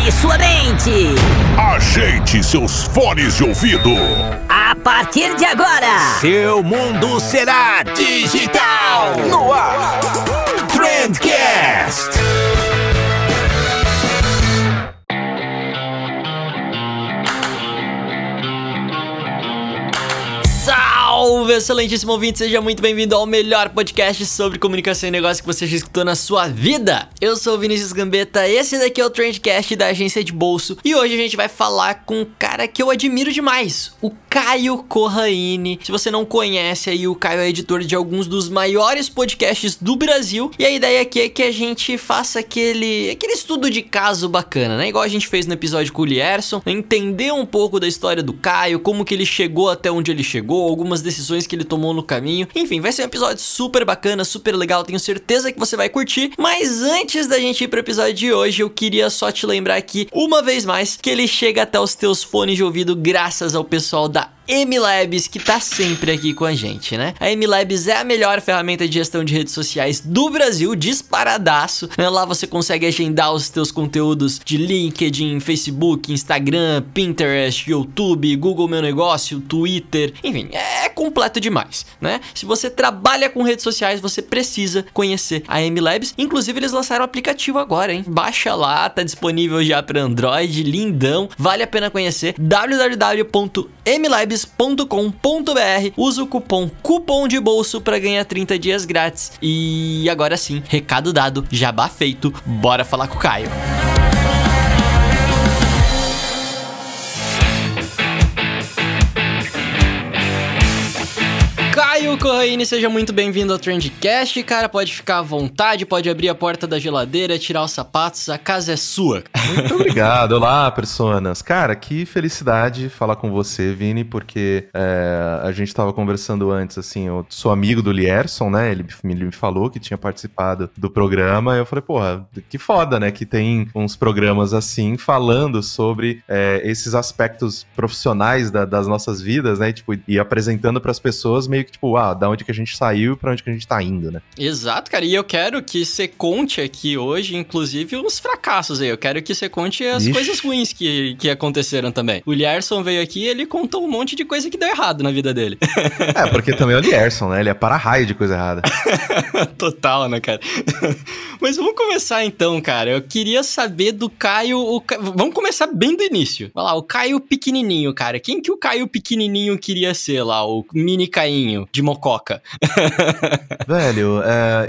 Prepare sua mente. Ajeite seus fones de ouvido. A partir de agora, Seu mundo será digital. No ar, Trendcast. Salve, excelentíssimo ouvinte, seja muito bem-vindo ao melhor podcast sobre comunicação e negócio que você já escutou na sua vida. Eu sou o Vinícius Gambetta, esse daqui é o Trendcast da Agência de Bolso e hoje a gente vai falar com um cara que eu admiro demais, o Caio Corraini. Se você não conhece aí, o Caio é editor de alguns dos maiores podcasts do Brasil e a ideia aqui é que a gente faça aquele estudo de caso bacana, né? Igual a gente fez no episódio com o Lierson, entender um pouco da história do Caio, como que ele chegou até onde ele chegou, algumas decisões que ele tomou no caminho. Enfim, vai ser um episódio super bacana, super legal, tenho certeza que você vai curtir. Mas antes da gente ir pro episódio de hoje, eu queria só te lembrar aqui, uma vez mais, que ele chega até os teus fones de ouvido graças ao pessoal da MLabs, que tá sempre aqui com a gente, né? A MLabs é a melhor ferramenta de gestão de redes sociais do Brasil, disparadaço, né? Lá você consegue agendar os teus conteúdos de LinkedIn, Facebook, Instagram, Pinterest, YouTube, Google Meu Negócio, Twitter, enfim, é completo demais, né? Se você trabalha com redes sociais, você precisa conhecer a MLabs. Inclusive, eles lançaram um aplicativo agora, hein? Baixa lá, tá disponível já para Android, lindão, vale a pena conhecer. www.mlabs.com.br. Usa o cupom de bolso para ganhar 30 dias grátis. E agora sim, recado dado, jabá feito, bora falar com o Caio. Caio Corraini, seja muito bem-vindo ao Trendcast, cara, pode ficar à vontade, pode abrir a porta da geladeira, tirar os sapatos, a casa é sua. Muito obrigado, olá, personas. Cara, que felicidade falar com você, Vini, porque a gente tava conversando antes, assim, eu sou amigo do Lierson, né, ele me falou que tinha participado do programa, eu falei, porra, que foda, né, que tem uns programas assim, falando sobre esses aspectos profissionais das nossas vidas, né, tipo, e apresentando pras pessoas meio que, tipo, da onde que a gente saiu e pra onde que a gente tá indo, né? Exato, cara, e eu quero que você conte aqui hoje, inclusive, uns fracassos aí, eu quero que você conte as coisas ruins que aconteceram também. O Lierson veio aqui e ele contou um monte de coisa que deu errado na vida dele. Porque também é o Lierson, né? Ele é para-raio de coisa errada. Total, né, cara? Mas vamos começar então, cara. Eu queria saber do Caio... Vamos começar bem do início. Vai lá, o Caio pequenininho, cara. Quem que o Caio pequenininho queria ser lá? O mini Cainho de Mococa. Velho,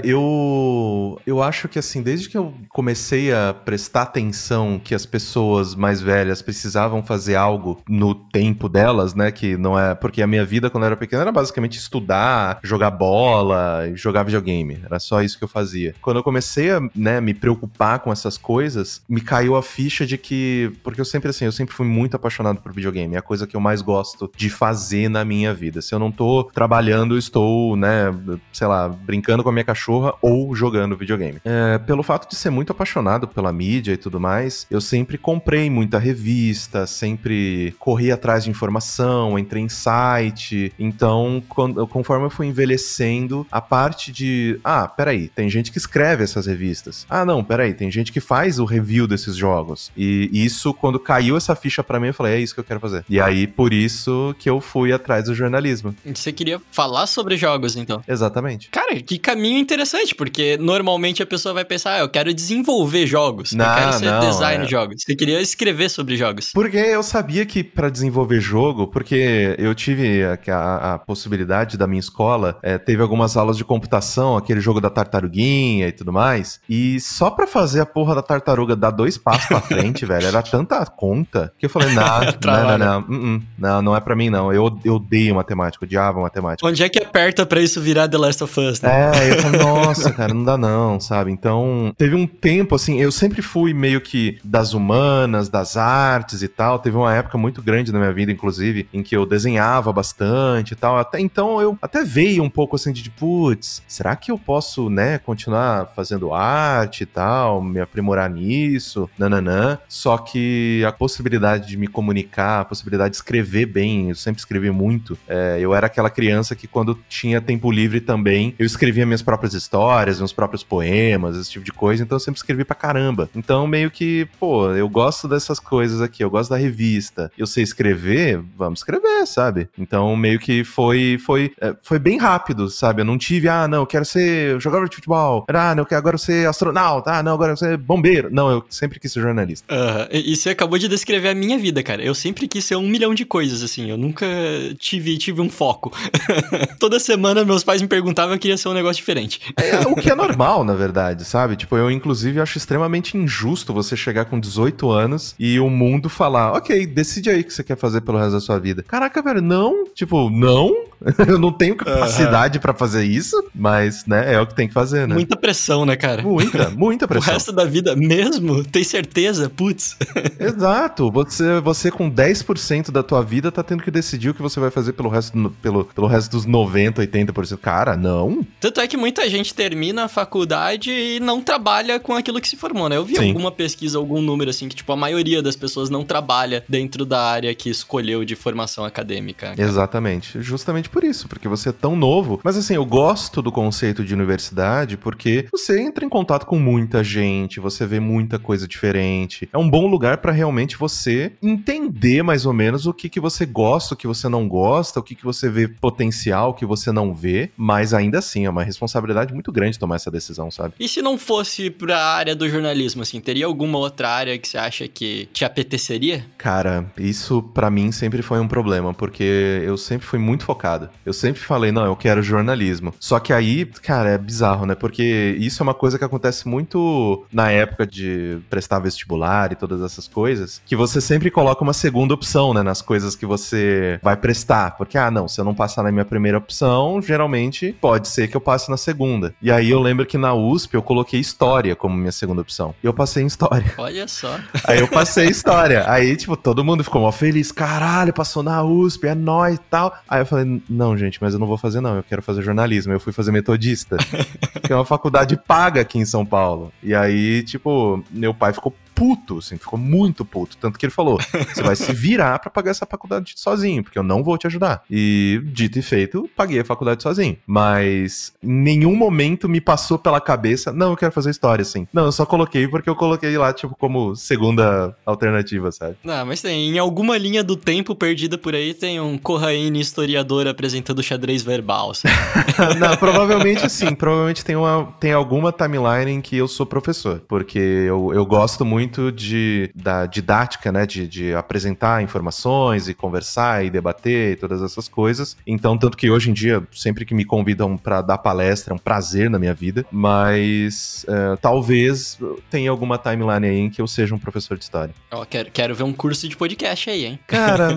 eu acho que assim, desde que eu comecei a prestar atenção que as pessoas mais velhas precisavam fazer algo no tempo delas, né, que não é... Porque a minha vida quando eu era pequeno era basicamente estudar, jogar bola, jogar videogame. Era só isso que eu fazia. Quando eu comecei a, né, me preocupar com essas coisas, me caiu a ficha de que... Porque eu sempre fui muito apaixonado por videogame. É a coisa que eu mais gosto de fazer na minha vida. Se eu não tô trabalhando, estou, né, sei lá, brincando com a minha cachorra ou jogando videogame. Pelo fato de ser muito apaixonado pela mídia e tudo mais, eu sempre comprei muita revista, sempre corri atrás de informação, entrei em site. Então, conforme eu fui envelhecendo, a parte de... peraí, tem gente que escreve essas revistas. Não, peraí, tem gente que faz o review desses jogos. E isso, quando caiu essa ficha pra mim, eu falei, é isso que eu quero fazer. E aí, por isso que eu fui atrás do jornalismo. Você queria falar sobre jogos, então? Exatamente. Cara, que caminho interessante, porque normalmente a pessoa vai pensar, eu quero desenvolver jogos, eu quero ser designer de jogos. Você queria escrever sobre jogos. Porque eu sabia que pra desenvolver jogo, porque eu tive a possibilidade da minha escola, teve algumas aulas de computação, aquele jogo da tartaruguinha e tudo mais, e só pra fazer a porra da tartaruga dar 2 passos pra frente, velho, era tanta conta, que eu falei, não é pra mim não, eu odeio matemática, odiava matemática. Onde é que aperta pra isso virar The Last of Us, né? Eu falei, nossa, cara, não dá não, sabe? Então, teve um tempo, assim, eu sempre fui meio que das humanas, das artes e tal, teve uma época muito grande na minha vida, inclusive, em que eu desenhava bastante e tal, até então eu até veio um pouco assim de, putz, será que eu posso, né, continuar fazendo arte e tal, me aprimorar nisso, nananã, só que a possibilidade de me comunicar, a possibilidade de escrever bem, eu sempre escrevi muito, eu era aquela criança que quando tinha tempo livre também, eu escrevia minhas próprias histórias, meus próprios poemas, esse tipo de coisa, então eu sempre escrevi pra caramba. Então meio que, pô, eu gosto dessas coisas aqui, eu gosto da revista, eu sei escrever, vamos escrever, sabe? Então meio que foi bem rápido, sabe? Eu não tive, não, eu quero ser jogador de futebol, não, eu quero agora ser astronauta, não, agora eu quero ser bombeiro. Não, eu sempre quis ser jornalista. E você acabou de descrever a minha vida, cara. Eu sempre quis ser 1 milhão de coisas, assim, eu nunca tive um foco. Toda semana meus pais me perguntavam, eu queria ser um negócio diferente. O que é normal, na verdade, sabe? Tipo, eu inclusive acho extremamente injusto você chegar com 18 anos e o mundo falar, ok, decide aí o que você quer fazer pelo resto da sua vida. Caraca, velho, não? Tipo, não? Eu não tenho capacidade pra fazer isso, mas, né, é o que tem que fazer, né? Muita pressão, né, cara? Muita pressão. O resto da vida mesmo? Tem certeza? Putz. Exato. Você com 10% da tua vida tá tendo que decidir o que você vai fazer pelo resto dos 90, 80%. Cara, não. Tanto é que muita gente termina a faculdade e não trabalha com aquilo que se formou, né? Eu vi alguma pesquisa, algum número, assim, que, tipo, a maioria das pessoas não trabalha dentro da área que escolheu de formação acadêmica. Cara. Exatamente. Justamente por isso, porque você é tão novo. Mas, assim, eu gosto do conceito de universidade porque você entra em contato com muita gente, você vê muita coisa diferente. É um bom lugar pra realmente você entender mais ou menos o que você gosta, o que você não gosta, o que você vê potencial, o que você não vê, mas ainda assim é uma responsabilidade muito grande tomar essa decisão, sabe? E se não fosse pra área do jornalismo, assim, teria alguma outra área que você acha que te apeteceria? Cara, isso pra mim sempre foi um problema, porque eu sempre fui muito focado. Eu sempre falei, não, eu quero jornalismo. Só que aí, cara, é bizarro, né? Porque isso é uma coisa que acontece muito na época de prestar vestibular e todas essas coisas, que você sempre coloca uma segunda opção, né, nas coisas que você vai prestar. Porque, não, se eu não passar na minha primeira opção, geralmente pode ser que eu passe na segunda. E aí eu lembro que na USP eu coloquei história como minha segunda opção. E eu passei em história. Olha só. Aí eu passei em história. Aí, tipo, todo mundo ficou mó feliz. Caralho, passou na USP, é nóis e tal. Aí eu falei, não, gente, mas eu não vou fazer não, eu quero fazer jornalismo. Eu fui fazer metodista, que é uma faculdade paga aqui em São Paulo. E aí, tipo, meu pai ficou puto, assim, ficou muito puto. Tanto que ele falou, você vai se virar pra pagar essa faculdade sozinho, porque eu não vou te ajudar. E, dito e feito, paguei a faculdade sozinho. Mas em nenhum momento me passou pela cabeça, não, eu quero fazer história, assim. Não, eu só coloquei porque eu coloquei lá, tipo, como segunda alternativa, sabe? Não, mas tem, em alguma linha do tempo perdida por aí, tem um Corraine historiador apresentando xadrez verbal, sabe? Não, provavelmente sim, provavelmente tem alguma timeline em que eu sou professor, porque eu gosto muito da didática, né, de apresentar informações e conversar e debater e todas essas coisas. Então, tanto que hoje em dia, sempre que me convidam pra dar palestra, é um prazer na minha vida, mas talvez tenha alguma timeline aí em que eu seja um professor de história. Ó, quero ver um curso de podcast aí, hein? Cara,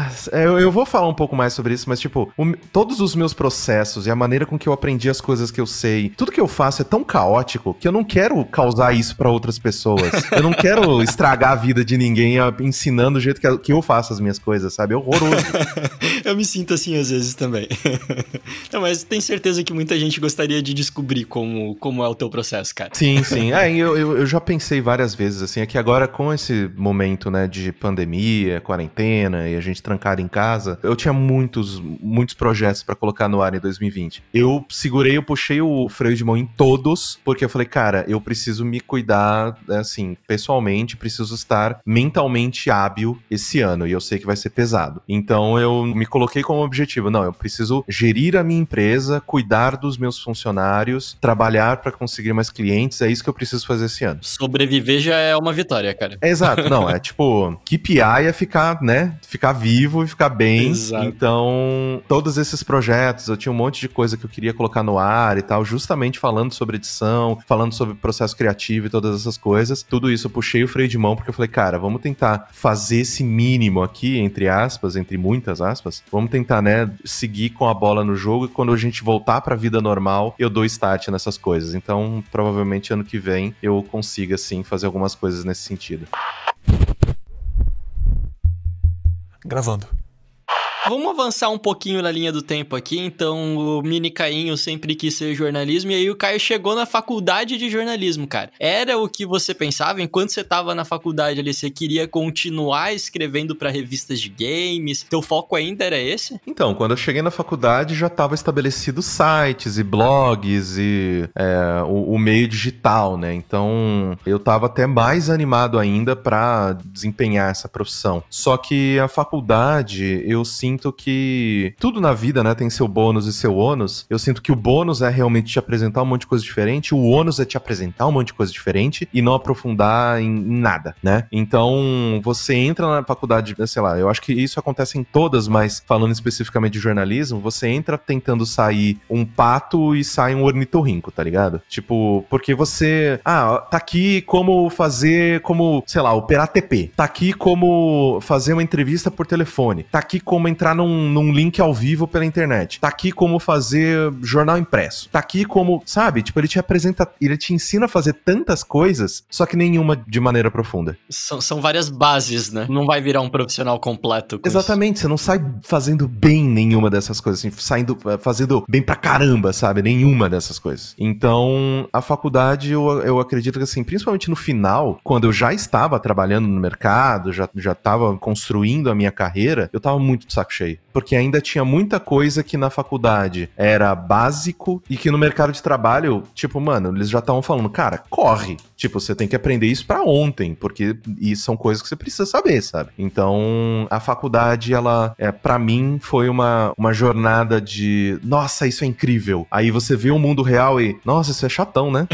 eu vou falar um pouco mais sobre isso, mas tipo, todos os meus processos e a maneira com que eu aprendi as coisas que eu sei, tudo que eu faço é tão caótico que eu não quero causar isso pra outras pessoas. Eu não quero estragar a vida de ninguém ensinando o jeito que eu faço as minhas coisas, sabe? É horroroso. Eu me sinto assim às vezes também. Não, mas tenho certeza que muita gente gostaria de descobrir como é o teu processo, cara. Sim, sim. Eu já pensei várias vezes, assim, é que agora com esse momento, né, de pandemia, quarentena e a gente trancado em casa, eu tinha muitos projetos pra colocar no ar em 2020. Eu puxei o freio de mão em todos, porque eu falei, cara, eu preciso me cuidar, assim, pessoalmente, preciso estar mentalmente hábil esse ano, e eu sei que vai ser pesado. Então eu me coloquei como objetivo, não, eu preciso gerir a minha empresa, cuidar dos meus funcionários, trabalhar pra conseguir mais clientes, é isso que eu preciso fazer esse ano. Sobreviver já é uma vitória, cara. Exato, não, é tipo, KPI é ficar, né, ficar vivo e ficar bem. Exato. Então, todos esses projetos, eu tinha um monte de coisa que eu queria colocar no ar e tal, justamente falando sobre edição, falando sobre processo criativo e todas essas coisas. Tudo isso eu puxei o freio de mão porque eu falei, cara, vamos tentar fazer esse mínimo aqui, entre aspas, entre muitas aspas, vamos tentar, né, seguir com a bola no jogo e quando a gente voltar pra vida normal, eu dou start nessas coisas. Então, provavelmente ano que vem eu consiga, sim, fazer algumas coisas nesse sentido. Gravando. Vamos avançar um pouquinho na linha do tempo aqui. Então, o mini Cainho sempre quis ser jornalismo, e aí o Caio chegou na faculdade de jornalismo, cara. Era o que você pensava? Enquanto você tava na faculdade ali, você queria continuar escrevendo pra revistas de games? Teu foco ainda era esse? Então, quando eu cheguei na faculdade, já estava estabelecido sites e blogs e o meio digital, né? Então, eu tava até mais animado ainda para desempenhar essa profissão. Só que a faculdade, eu sinto que tudo na vida, né, tem seu bônus e seu ônus. Eu sinto que o bônus é realmente te apresentar um monte de coisa diferente, o ônus é te apresentar um monte de coisa diferente e não aprofundar em nada, né? Então, você entra na faculdade, sei lá, eu acho que isso acontece em todas, mas falando especificamente de jornalismo, você entra tentando sair um pato e sai um ornitorrinco, tá ligado? Tipo, porque você, tá aqui como fazer, sei lá, operar TP, tá aqui como fazer uma entrevista por telefone, tá aqui como entrar num link ao vivo pela internet, tá aqui como fazer jornal impresso, tá aqui como, sabe? Tipo, ele te apresenta, ele te ensina a fazer tantas coisas, só que nenhuma de maneira profunda. São várias bases, né? Não vai virar um profissional completo com Exatamente, você não sai fazendo bem nenhuma dessas coisas, assim, fazendo bem pra caramba, sabe? Nenhuma dessas coisas. Então, a faculdade, eu acredito que, assim, principalmente no final, quando eu já estava trabalhando no mercado, já estava construindo a minha carreira, eu tava muito de saco cheio. Porque ainda tinha muita coisa que na faculdade era básico e que no mercado de trabalho, tipo, mano, eles já estavam falando, cara, corre. Tipo, você tem que aprender isso pra ontem, porque isso são coisas que você precisa saber, sabe? Então, a faculdade, ela, pra mim, foi uma jornada de, nossa, isso é incrível. Aí você vê o mundo real e, nossa, isso é chatão, né?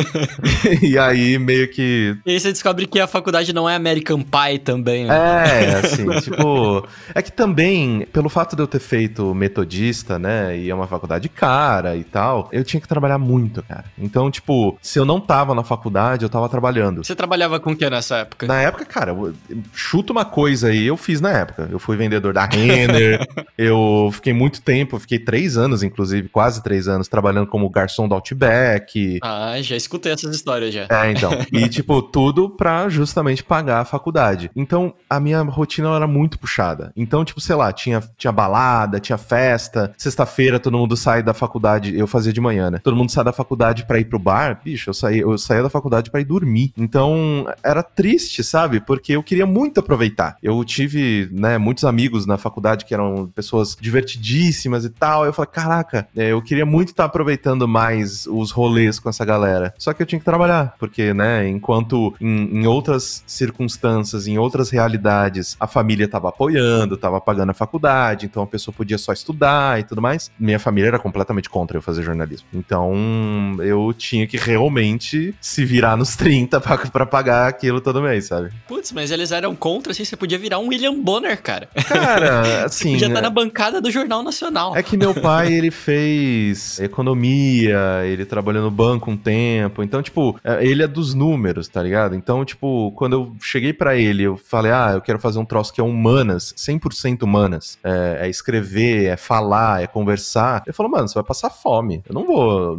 E aí, meio que... E aí você descobre que a faculdade não é American Pie também, né? Assim, tipo... É que também, pelo fato de eu ter feito metodista, né, e é uma faculdade cara e tal, eu tinha que trabalhar muito, cara. Então, tipo, se eu não tava na faculdade, eu tava trabalhando. Você trabalhava com o que nessa época? Na época, cara, chuta uma coisa aí, eu fiz na época. Eu fui vendedor da Renner, eu fiquei muito tempo, fiquei 3 anos, inclusive, quase 3 anos, trabalhando como garçom do Outback. Já escutei essas histórias já. Então. E, tipo, tudo pra justamente pagar a faculdade. Então, a minha rotina ela era muito puxada. Então, tipo, sei lá, tinha balada, tinha festa. Sexta-feira, todo mundo sai da faculdade. Eu fazia de manhã, né? Todo mundo sai da faculdade pra ir pro bar. Bicho, eu saía da faculdade pra ir dormir. Então, era triste, sabe? Porque eu queria muito aproveitar. Eu tive, né, muitos amigos na faculdade que eram pessoas divertidíssimas e tal. Eu falei, caraca, eu queria muito estar aproveitando mais os rolês com essa galera. Só que eu tinha que trabalhar, porque, né, enquanto em outras circunstâncias, em outras realidades, a família tava apoiando, tava pagando a faculdade, então a pessoa podia só estudar e tudo mais. Minha família era completamente contra eu fazer jornalismo. Então, eu tinha que realmente se virar nos 30 pra pagar aquilo todo mês, sabe? Putz, mas eles eram contra, assim, você podia virar um William Bonner, cara. Cara, assim... Você podia estar na bancada do Jornal Nacional. É que meu pai, ele fez economia, ele trabalhou no banco um tempo, então, tipo, ele é dos números, tá ligado? Então, tipo, quando eu cheguei pra ele, eu falei, eu quero fazer um troço que é humanas, 100% humanas, é escrever, é falar, é conversar. Ele falou, mano, você vai passar fome, eu não vou,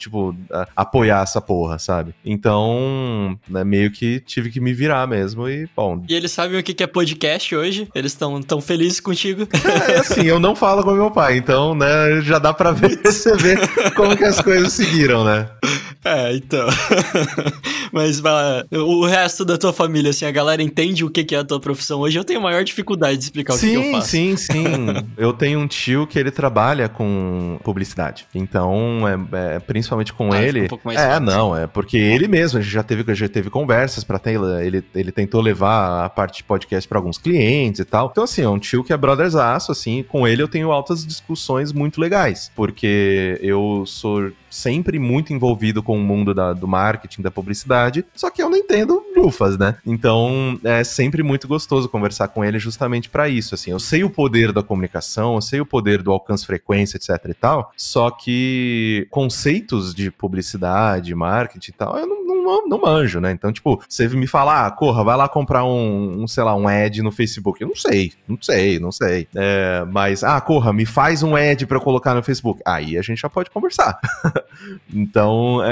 apoiar essa porra, sabe? Então, né, meio que tive que me virar mesmo e, bom... E eles sabem o que é podcast hoje? Eles estão tão felizes contigo? Assim, eu não falo com meu pai, então, né, já dá pra perceber como que as coisas seguiram, né? Então... Mas o resto da tua família, assim, a galera entende o que é a tua profissão hoje? Eu tenho a maior dificuldade de explicar o que eu faço. Sim. Eu tenho um tio que ele trabalha com publicidade. Então, principalmente com ele... Um pouco mais fácil. Porque ele mesmo, a gente já teve conversas pra ter... Ele tentou levar a parte de podcast pra alguns clientes e tal. Então, assim, é um tio que é brotherzaço, assim. Com ele eu tenho altas discussões muito legais. Porque eu sou sempre muito envolvido com o mundo do marketing, da publicidade, só que eu não entendo lufas, né? Então, é sempre muito gostoso conversar com ele justamente pra isso, assim. Eu sei o poder da comunicação, eu sei o poder do alcance, frequência, etc e tal, só que conceitos de publicidade, marketing e tal, eu não não manjo, né? Então, tipo, você me fala, Corra, vai lá comprar sei lá, um ad no Facebook. Eu não sei. Mas, Corra, me faz um ad pra eu colocar no Facebook. Aí a gente já pode conversar. Então,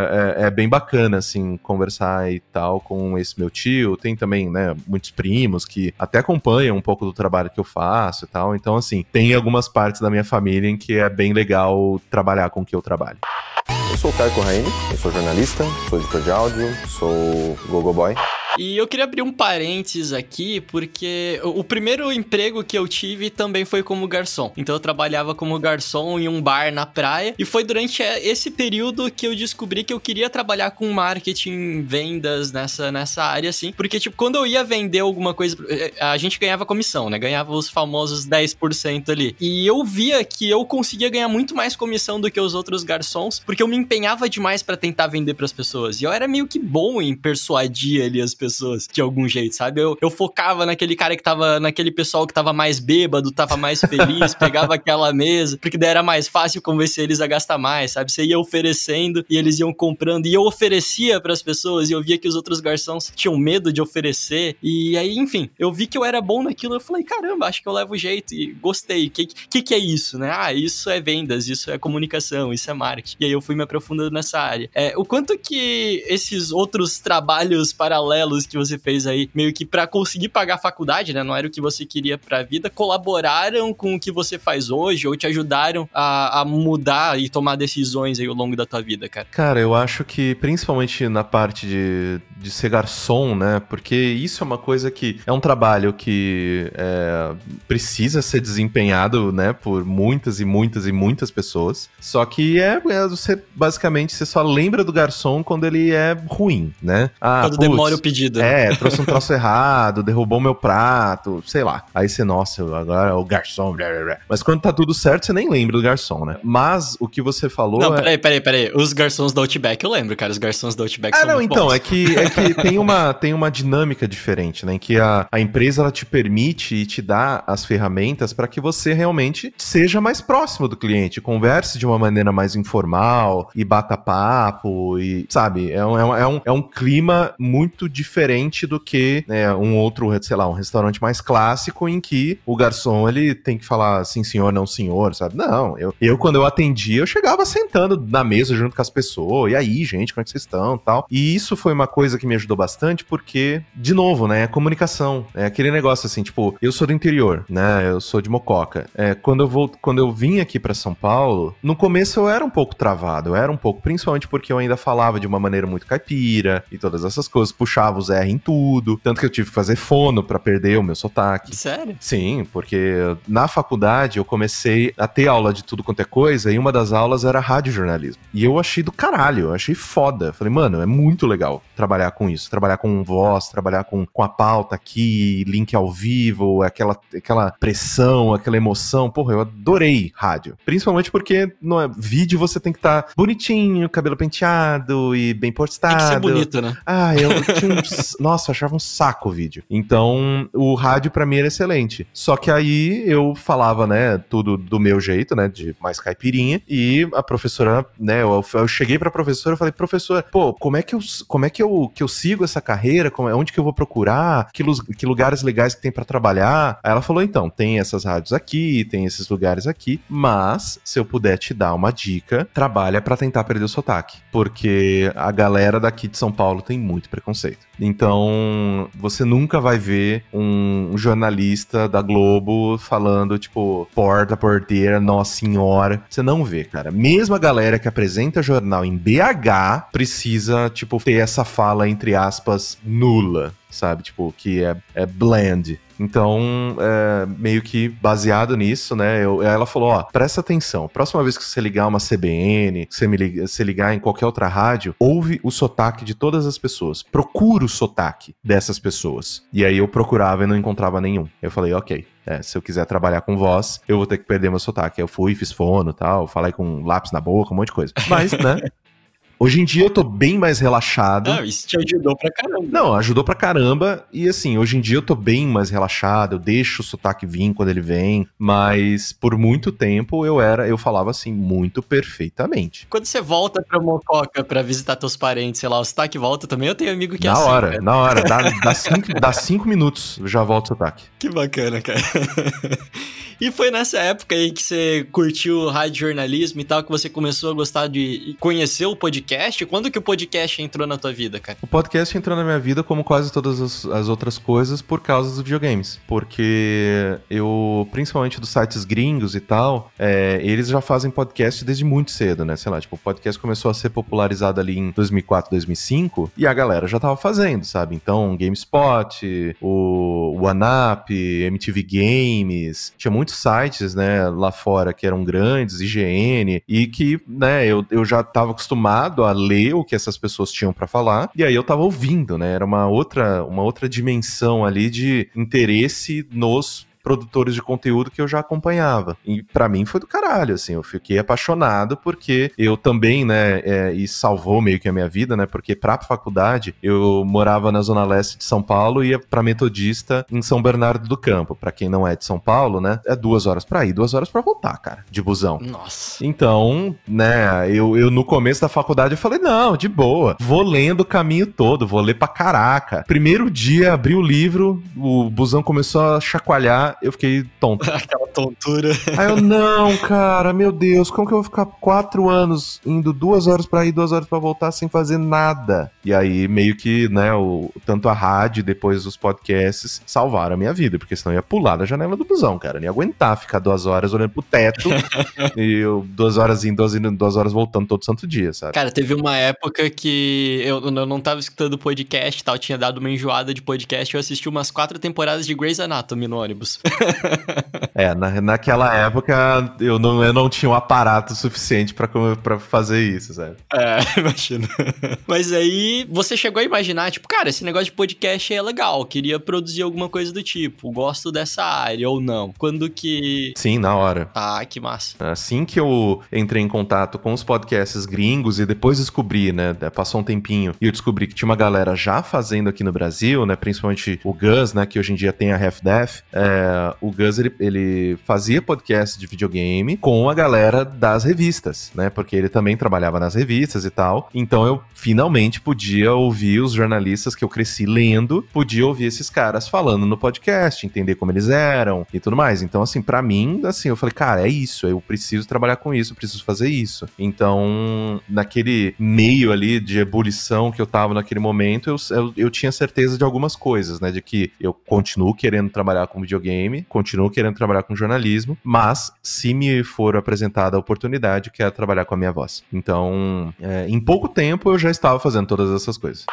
é bem bacana, assim, conversar e tal com esse meu tio. Tem também, né, muitos primos que até acompanham um pouco do trabalho que eu faço e tal. Então, assim, tem algumas partes da minha família em que é bem legal trabalhar com o que eu trabalho. Eu sou o Caio Corraine, eu sou jornalista, sou editor de áudio, sou gogoboy. E eu queria abrir um parênteses aqui, porque o primeiro emprego que eu tive também foi como garçom. Então eu trabalhava como garçom em um bar na praia, e foi durante esse período que eu descobri que eu queria trabalhar com marketing, vendas nessa área, assim. Porque, tipo, quando eu ia vender alguma coisa, a gente ganhava comissão, né? Ganhava os famosos 10% ali. E eu via que eu conseguia ganhar muito mais comissão do que os outros garçons, porque eu me empenhava demais pra tentar vender pras pessoas. E eu era meio que bom em persuadir ali as pessoas de algum jeito, sabe? Eu focava naquele cara que tava, naquele pessoal que tava mais bêbado, tava mais feliz, pegava aquela mesa, porque daí era mais fácil convencer eles a gastar mais, sabe? Você ia oferecendo e eles iam comprando, e eu oferecia pras pessoas, e eu via que os outros garçons tinham medo de oferecer, e aí, enfim, eu vi que eu era bom naquilo, eu falei, caramba, acho que eu levo jeito, e gostei. Que é isso, né? Isso é vendas, isso é comunicação, isso é marketing. E aí eu fui me aprofundando nessa área. O quanto que esses outros trabalhos paralelos que você fez aí, meio que pra conseguir pagar a faculdade, né, não era o que você queria pra vida, colaboraram com o que você faz hoje, ou te ajudaram a mudar e tomar decisões aí ao longo da tua vida, cara? Cara, eu acho que principalmente na parte de ser garçom, né, porque isso é uma coisa que é um trabalho que precisa ser desempenhado, né, por muitas e muitas e muitas pessoas, só que você basicamente, você só lembra do garçom quando ele é ruim, né? Quando demora o pedido. Trouxe um troço errado, derrubou meu prato, sei lá. Aí você, nossa, agora é o garçom, blá, blá, blá. Mas quando tá tudo certo, você nem lembra do garçom, né? Mas o que você falou Não, peraí. Os garçons da Outback eu lembro, cara. Os garçons da Outback são muito então, bons. é que tem uma dinâmica diferente, né? Em que a empresa, ela te permite e te dá as ferramentas para que você realmente seja mais próximo do cliente, converse de uma maneira mais informal e bata papo e, sabe? É um clima muito diferente do que, né, um outro, sei lá, um restaurante mais clássico em que o garçom, ele tem que falar sim senhor, não senhor, sabe? Não, eu quando eu atendia, eu chegava sentando na mesa junto com as pessoas, e aí, gente, como é que vocês estão, tal. E isso foi uma coisa que me ajudou bastante, porque, de novo, né, comunicação, é aquele negócio assim, tipo, eu sou do interior, né, eu sou de Mococa. Quando eu vim aqui pra São Paulo, no começo eu era um pouco travado, principalmente porque eu ainda falava de uma maneira muito caipira, e todas essas coisas, puxava os R em tudo, tanto que eu tive que fazer fono pra perder o meu sotaque. Sério? Sim, porque na faculdade eu comecei a ter aula de tudo quanto é coisa, e uma das aulas era radiojornalismo. E eu achei do caralho, eu achei foda. Falei, mano, é muito legal trabalhar com isso, trabalhar com voz, trabalhar com a pauta aqui, link ao vivo, aquela pressão, aquela emoção. Porra, eu adorei rádio. Principalmente porque no vídeo você tem que estar bonitinho, cabelo penteado e bem postado. Tem que ser bonito, né? Eu tinha nossa, eu achava um saco o vídeo. Então, o rádio pra mim era excelente. Só que aí eu falava, né, tudo do meu jeito, né, de mais caipirinha, e a professora, né, eu cheguei pra professora e falei, professora, pô, como é que eu sigo essa carreira? Onde que eu vou procurar? Que lugares legais que tem pra trabalhar? Aí ela falou, então, tem essas rádios aqui, tem esses lugares aqui, mas se eu puder te dar uma dica, trabalha pra tentar perder o sotaque, porque a galera daqui de São Paulo tem muito preconceito. Então, você nunca vai ver um jornalista da Globo falando, tipo, porta, porteira, nossa senhora. Você não vê, cara. Mesmo a galera que apresenta jornal em BH precisa, tipo, ter essa fala, entre aspas, nula, sabe? Tipo, que é bland. Então, meio que baseado nisso, né, ela falou, ó, presta atenção, próxima vez que você ligar uma CBN, você ligar em qualquer outra rádio, ouve o sotaque de todas as pessoas, procura o sotaque dessas pessoas. E aí eu procurava e não encontrava nenhum. Eu falei, ok, se eu quiser trabalhar com voz, eu vou ter que perder meu sotaque. Eu fui, fiz fono e tal, falei com lápis na boca, um monte de coisa. Mas, né... Hoje em dia eu tô bem mais relaxado. Ah, isso te ajudou pra caramba. Não, ajudou pra caramba. E assim, hoje em dia eu tô bem mais relaxado, eu deixo o sotaque vir quando ele vem, mas por muito tempo eu falava assim, muito perfeitamente. Quando você volta pra Mococa pra visitar teus parentes, sei lá, o sotaque volta também, eu tenho amigo que é Na assim, hora, cara. na hora, dá 5 minutos, eu já volto o sotaque. Que bacana, cara. E foi nessa época aí que você curtiu rádio jornalismo e tal, que você começou a gostar de conhecer o podcast? Quando que o podcast entrou na tua vida, cara? O podcast entrou na minha vida, como quase todas as outras coisas, por causa dos videogames. Porque eu, principalmente dos sites gringos e tal, eles já fazem podcast desde muito cedo, né? Sei lá, tipo, o podcast começou a ser popularizado ali em 2004, 2005, e a galera já tava fazendo, sabe? Então, GameSpot, o OneUp, MTV Games, tinha muitos sites, né, lá fora que eram grandes, IGN, e que, né, eu já tava acostumado a ler o que essas pessoas tinham pra falar, e aí eu tava ouvindo, né, era uma outra dimensão ali de interesse nos produtores de conteúdo que eu já acompanhava. E pra mim foi do caralho, assim, eu fiquei apaixonado porque eu também, né, e salvou meio que a minha vida, né, porque pra faculdade eu morava na zona leste de São Paulo e ia pra Metodista em São Bernardo do Campo. Pra quem não é de São Paulo, né, é 2 horas pra ir, 2 horas pra voltar, cara, de busão. Nossa. Então, né, eu no começo da faculdade eu falei, não, de boa, vou lendo o caminho todo, vou ler pra caraca. Primeiro dia, abri o livro, o busão começou a chacoalhar, eu fiquei tonto. Aquela tontura. Aí eu, não, cara, meu Deus, como que eu vou ficar 4 anos indo 2 horas pra ir, 2 horas pra voltar sem fazer nada? E aí, meio que, né, tanto a rádio e depois os podcasts salvaram a minha vida, porque senão eu ia pular da janela do busão, cara. Eu não ia aguentar ficar 2 horas olhando pro teto e eu 2 horas indo, 2 horas voltando todo santo dia, sabe? Cara, teve uma época que eu não tava escutando podcast e tal, tinha dado uma enjoada de podcast, eu assisti umas 4 temporadas de Grey's Anatomy no ônibus. Naquela época eu não tinha um aparato suficiente pra fazer isso, sabe? Imagina. Mas aí você chegou a imaginar, tipo, cara, esse negócio de podcast é legal, queria produzir alguma coisa do tipo, gosto dessa área ou não. Quando que... Sim, na hora. Ah, que massa. Assim que eu entrei em contato com os podcasts gringos e depois descobri, né, passou um tempinho, e eu descobri que tinha uma galera já fazendo aqui no Brasil, né, principalmente o Gus, né, que hoje em dia tem a Half-Death, o Gus, ele fazia podcast de videogame com a galera das revistas, né, porque ele também trabalhava nas revistas e tal, então eu finalmente podia ouvir os jornalistas que eu cresci lendo, podia ouvir esses caras falando no podcast, entender como eles eram e tudo mais. Então, assim, pra mim, assim, eu falei, cara, é isso, eu preciso trabalhar com isso, eu preciso fazer isso. Então, naquele meio ali de ebulição que eu tava naquele momento, eu tinha certeza de algumas coisas, né, de que eu continuo querendo trabalhar com videogame, continuo querendo trabalhar com jornalismo, mas se me for apresentada a oportunidade, eu quero trabalhar com a minha voz. Então, em pouco tempo eu já estava fazendo todas essas coisas.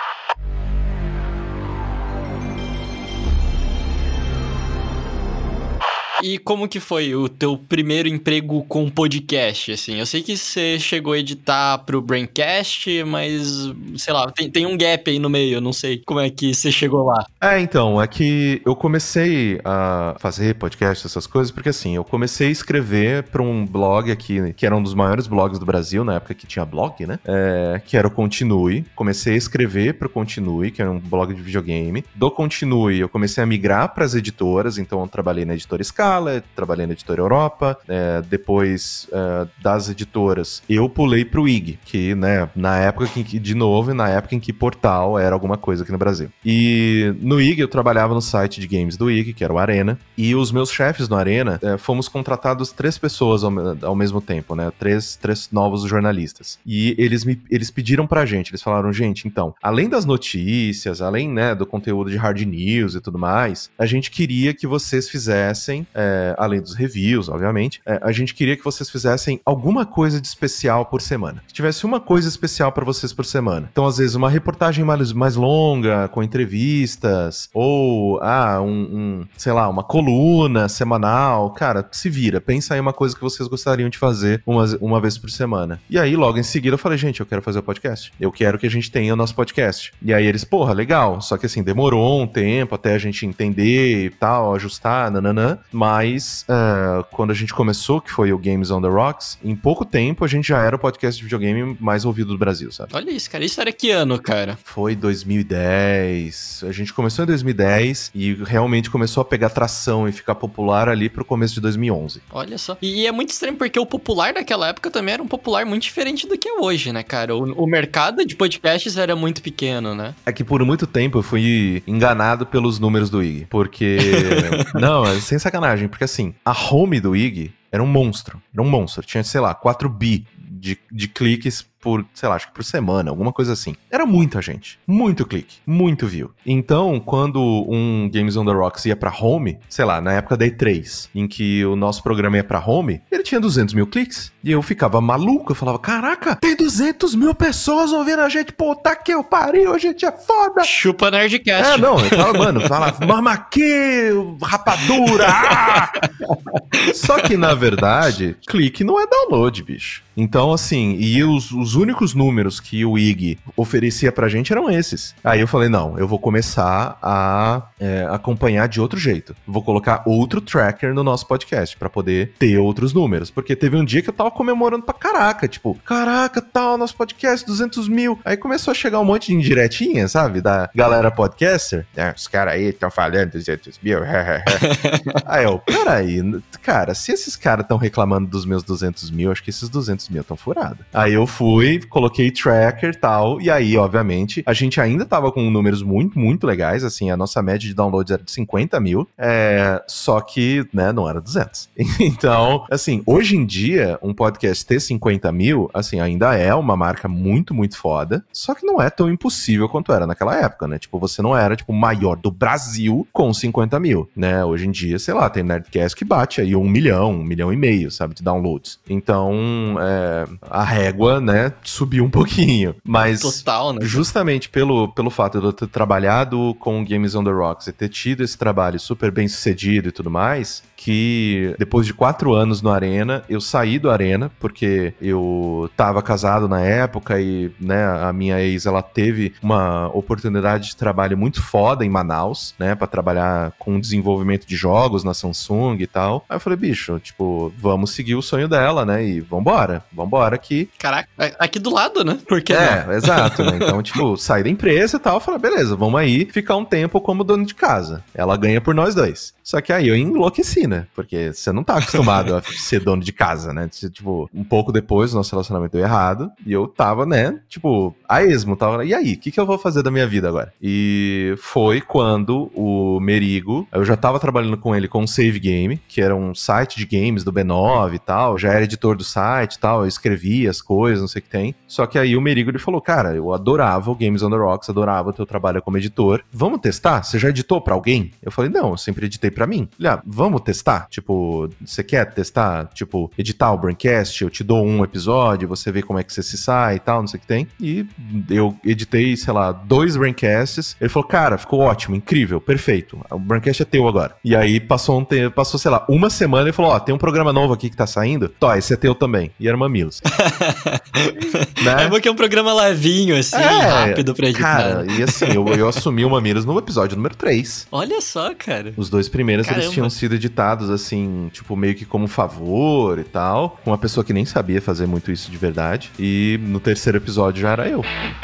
E como que foi o teu primeiro emprego com podcast, assim? Eu sei que você chegou a editar pro Braincast, mas, sei lá, tem um gap aí no meio, eu não sei como é que você chegou lá. Então, é que eu comecei a fazer podcast, essas coisas, porque assim, eu comecei a escrever pra um blog aqui, que era um dos maiores blogs do Brasil, na época que tinha blog, né? Que era o Continue. Comecei a escrever pro Continue, que era um blog de videogame. Do Continue, eu comecei a migrar pras editoras, então eu trabalhei na editora Scala, trabalhei na editora Europa, depois das editoras eu pulei pro IG, que, né, na época em que Portal era alguma coisa aqui no Brasil. E no IG eu trabalhava no site de games do IG, que era o Arena, e os meus chefes no Arena, fomos contratados 3 pessoas ao mesmo tempo, né, 3 novos jornalistas. E eles pediram pra gente, eles falaram, gente, então, além das notícias, além, né, do conteúdo de hard news e tudo mais, a gente queria que vocês fizessem além dos reviews, obviamente, a gente queria que vocês fizessem alguma coisa de especial por semana. Que tivesse uma coisa especial pra vocês por semana. Então, às vezes, uma reportagem mais longa, com entrevistas, ou, sei lá, uma coluna semanal. Cara, se vira, pensa aí uma coisa que vocês gostariam de fazer uma vez por semana. E aí, logo em seguida, eu falei, gente, eu quero fazer o podcast. Eu quero que a gente tenha o nosso podcast. E aí eles, porra, legal. Só que assim, demorou um tempo até a gente entender e tal, ajustar, nananã. Mas mas quando a gente começou, que foi o Games on the Rocks, em pouco tempo a gente já era o podcast de videogame mais ouvido do Brasil, sabe? Olha isso, cara. Isso era que ano, cara? Foi 2010. A gente começou em 2010 e realmente começou a pegar tração e ficar popular ali pro começo de 2011. Olha só. E é muito estranho porque o popular daquela época também era um popular muito diferente do que é hoje, né, cara? O mercado de podcasts era muito pequeno, né? É que por muito tempo eu fui enganado pelos números do IG, porque... Não, é sem sacanagem, porque assim, a home do IG era um monstro, tinha, sei lá, 4 bi de cliques por, sei lá, acho que por semana, alguma coisa assim. Era muita gente, muito clique, muito view. Então, quando um Games on the Rocks ia pra home, sei lá, na época da E3, em que o nosso programa ia pra home, ele tinha 200 mil cliques. E eu ficava maluco, eu falava, caraca, tem 200 mil pessoas ouvindo a gente, pô, tá que eu pariu, a gente é foda. Chupa Nerdcast. Não, eu tava, mano, falava, mamaque, rapadura, Só que, na verdade, clique não é download, bicho. Então, assim, e os únicos números que o IG oferecia pra gente eram esses. Aí eu falei, não, eu vou começar a acompanhar de outro jeito. Vou colocar outro tracker no nosso podcast pra poder ter outros números. Porque teve um dia que eu tava comemorando pra caraca, tipo, caraca, tal, nosso podcast, 200 mil. Aí começou a chegar um monte de indiretinha, sabe, da galera podcaster. Os caras aí estão falando 200 mil. Aí eu, peraí, cara, se esses caras estão reclamando dos meus 200 mil, acho que esses 200 mil estão furados. Aí eu fui, coloquei tracker e tal, e aí, obviamente, a gente ainda tava com números muito, muito legais, assim, a nossa média de downloads era de 50 mil, só que, né, não era 200. Então, assim, hoje em dia, um podcast ter 50 mil, assim, ainda é uma marca muito, muito foda, só que não é tão impossível quanto era naquela época, né? Tipo, você não era, tipo, o maior do Brasil com 50 mil, né? Hoje em dia, sei lá, tem Nerdcast que bate aí 1 milhão e meio, sabe, de downloads. Então, a régua, né, subiu um pouquinho. Mas, total, né? Justamente pelo fato de eu ter trabalhado com Games on the Rocks e ter tido esse trabalho super bem sucedido e tudo mais, que depois de 4 anos no Arena, eu saí do Arena, porque eu tava casado na época e, né, a minha ex, ela teve uma oportunidade de trabalho muito foda em Manaus, né, pra trabalhar com desenvolvimento de jogos na Samsung e tal. Aí eu falei, bicho, tipo, vamos seguir o sonho dela, né, e vambora aqui. Caraca, aqui do lado, né? Por que não? Exato, né, então, tipo, saí da empresa e tal, falei, beleza, vamos aí ficar um tempo como dono de casa. Ela ganha por nós dois. Só que aí eu enlouqueci, né, porque você não tá acostumado a ser dono de casa, né, tipo, um pouco depois o nosso relacionamento deu errado e eu tava, né, tipo, a esmo, tava, e aí, o que eu vou fazer da minha vida agora? E foi quando o Merigo, eu já tava trabalhando com ele com o Save Game, que era um site de games do B9 e tal, já era editor do site e tal, eu escrevia as coisas, não sei o que tem. Só que aí o Merigo, ele falou, cara, eu adorava o Games on the Rocks, adorava o teu trabalho como editor, vamos testar? Você já editou pra alguém? Eu falei, não, eu sempre editei pra mim. Ele, vamos testar? Tipo, você quer testar? Tipo, editar o Braincast, eu te dou um episódio, você vê como é que você se sai e tal, não sei o que tem. E eu editei, sei lá, 2 Braincasts. Ele falou, cara, ficou ótimo, incrível, perfeito. O Braincast é teu agora. E aí passou, sei lá, uma semana e falou, tem um programa novo aqui que tá saindo. Tó, esse é teu também. E era Mamilos. Né? É porque é um programa levinho, assim, rápido pra editar. Cara, e assim, eu assumi o Mamilos no episódio número 3. Olha só, cara. Os 2 primeiros, caramba, eles tinham sido editados, assim, tipo, meio que como favor e tal, com uma pessoa que nem sabia fazer muito isso de verdade. E no terceiro episódio já era eu.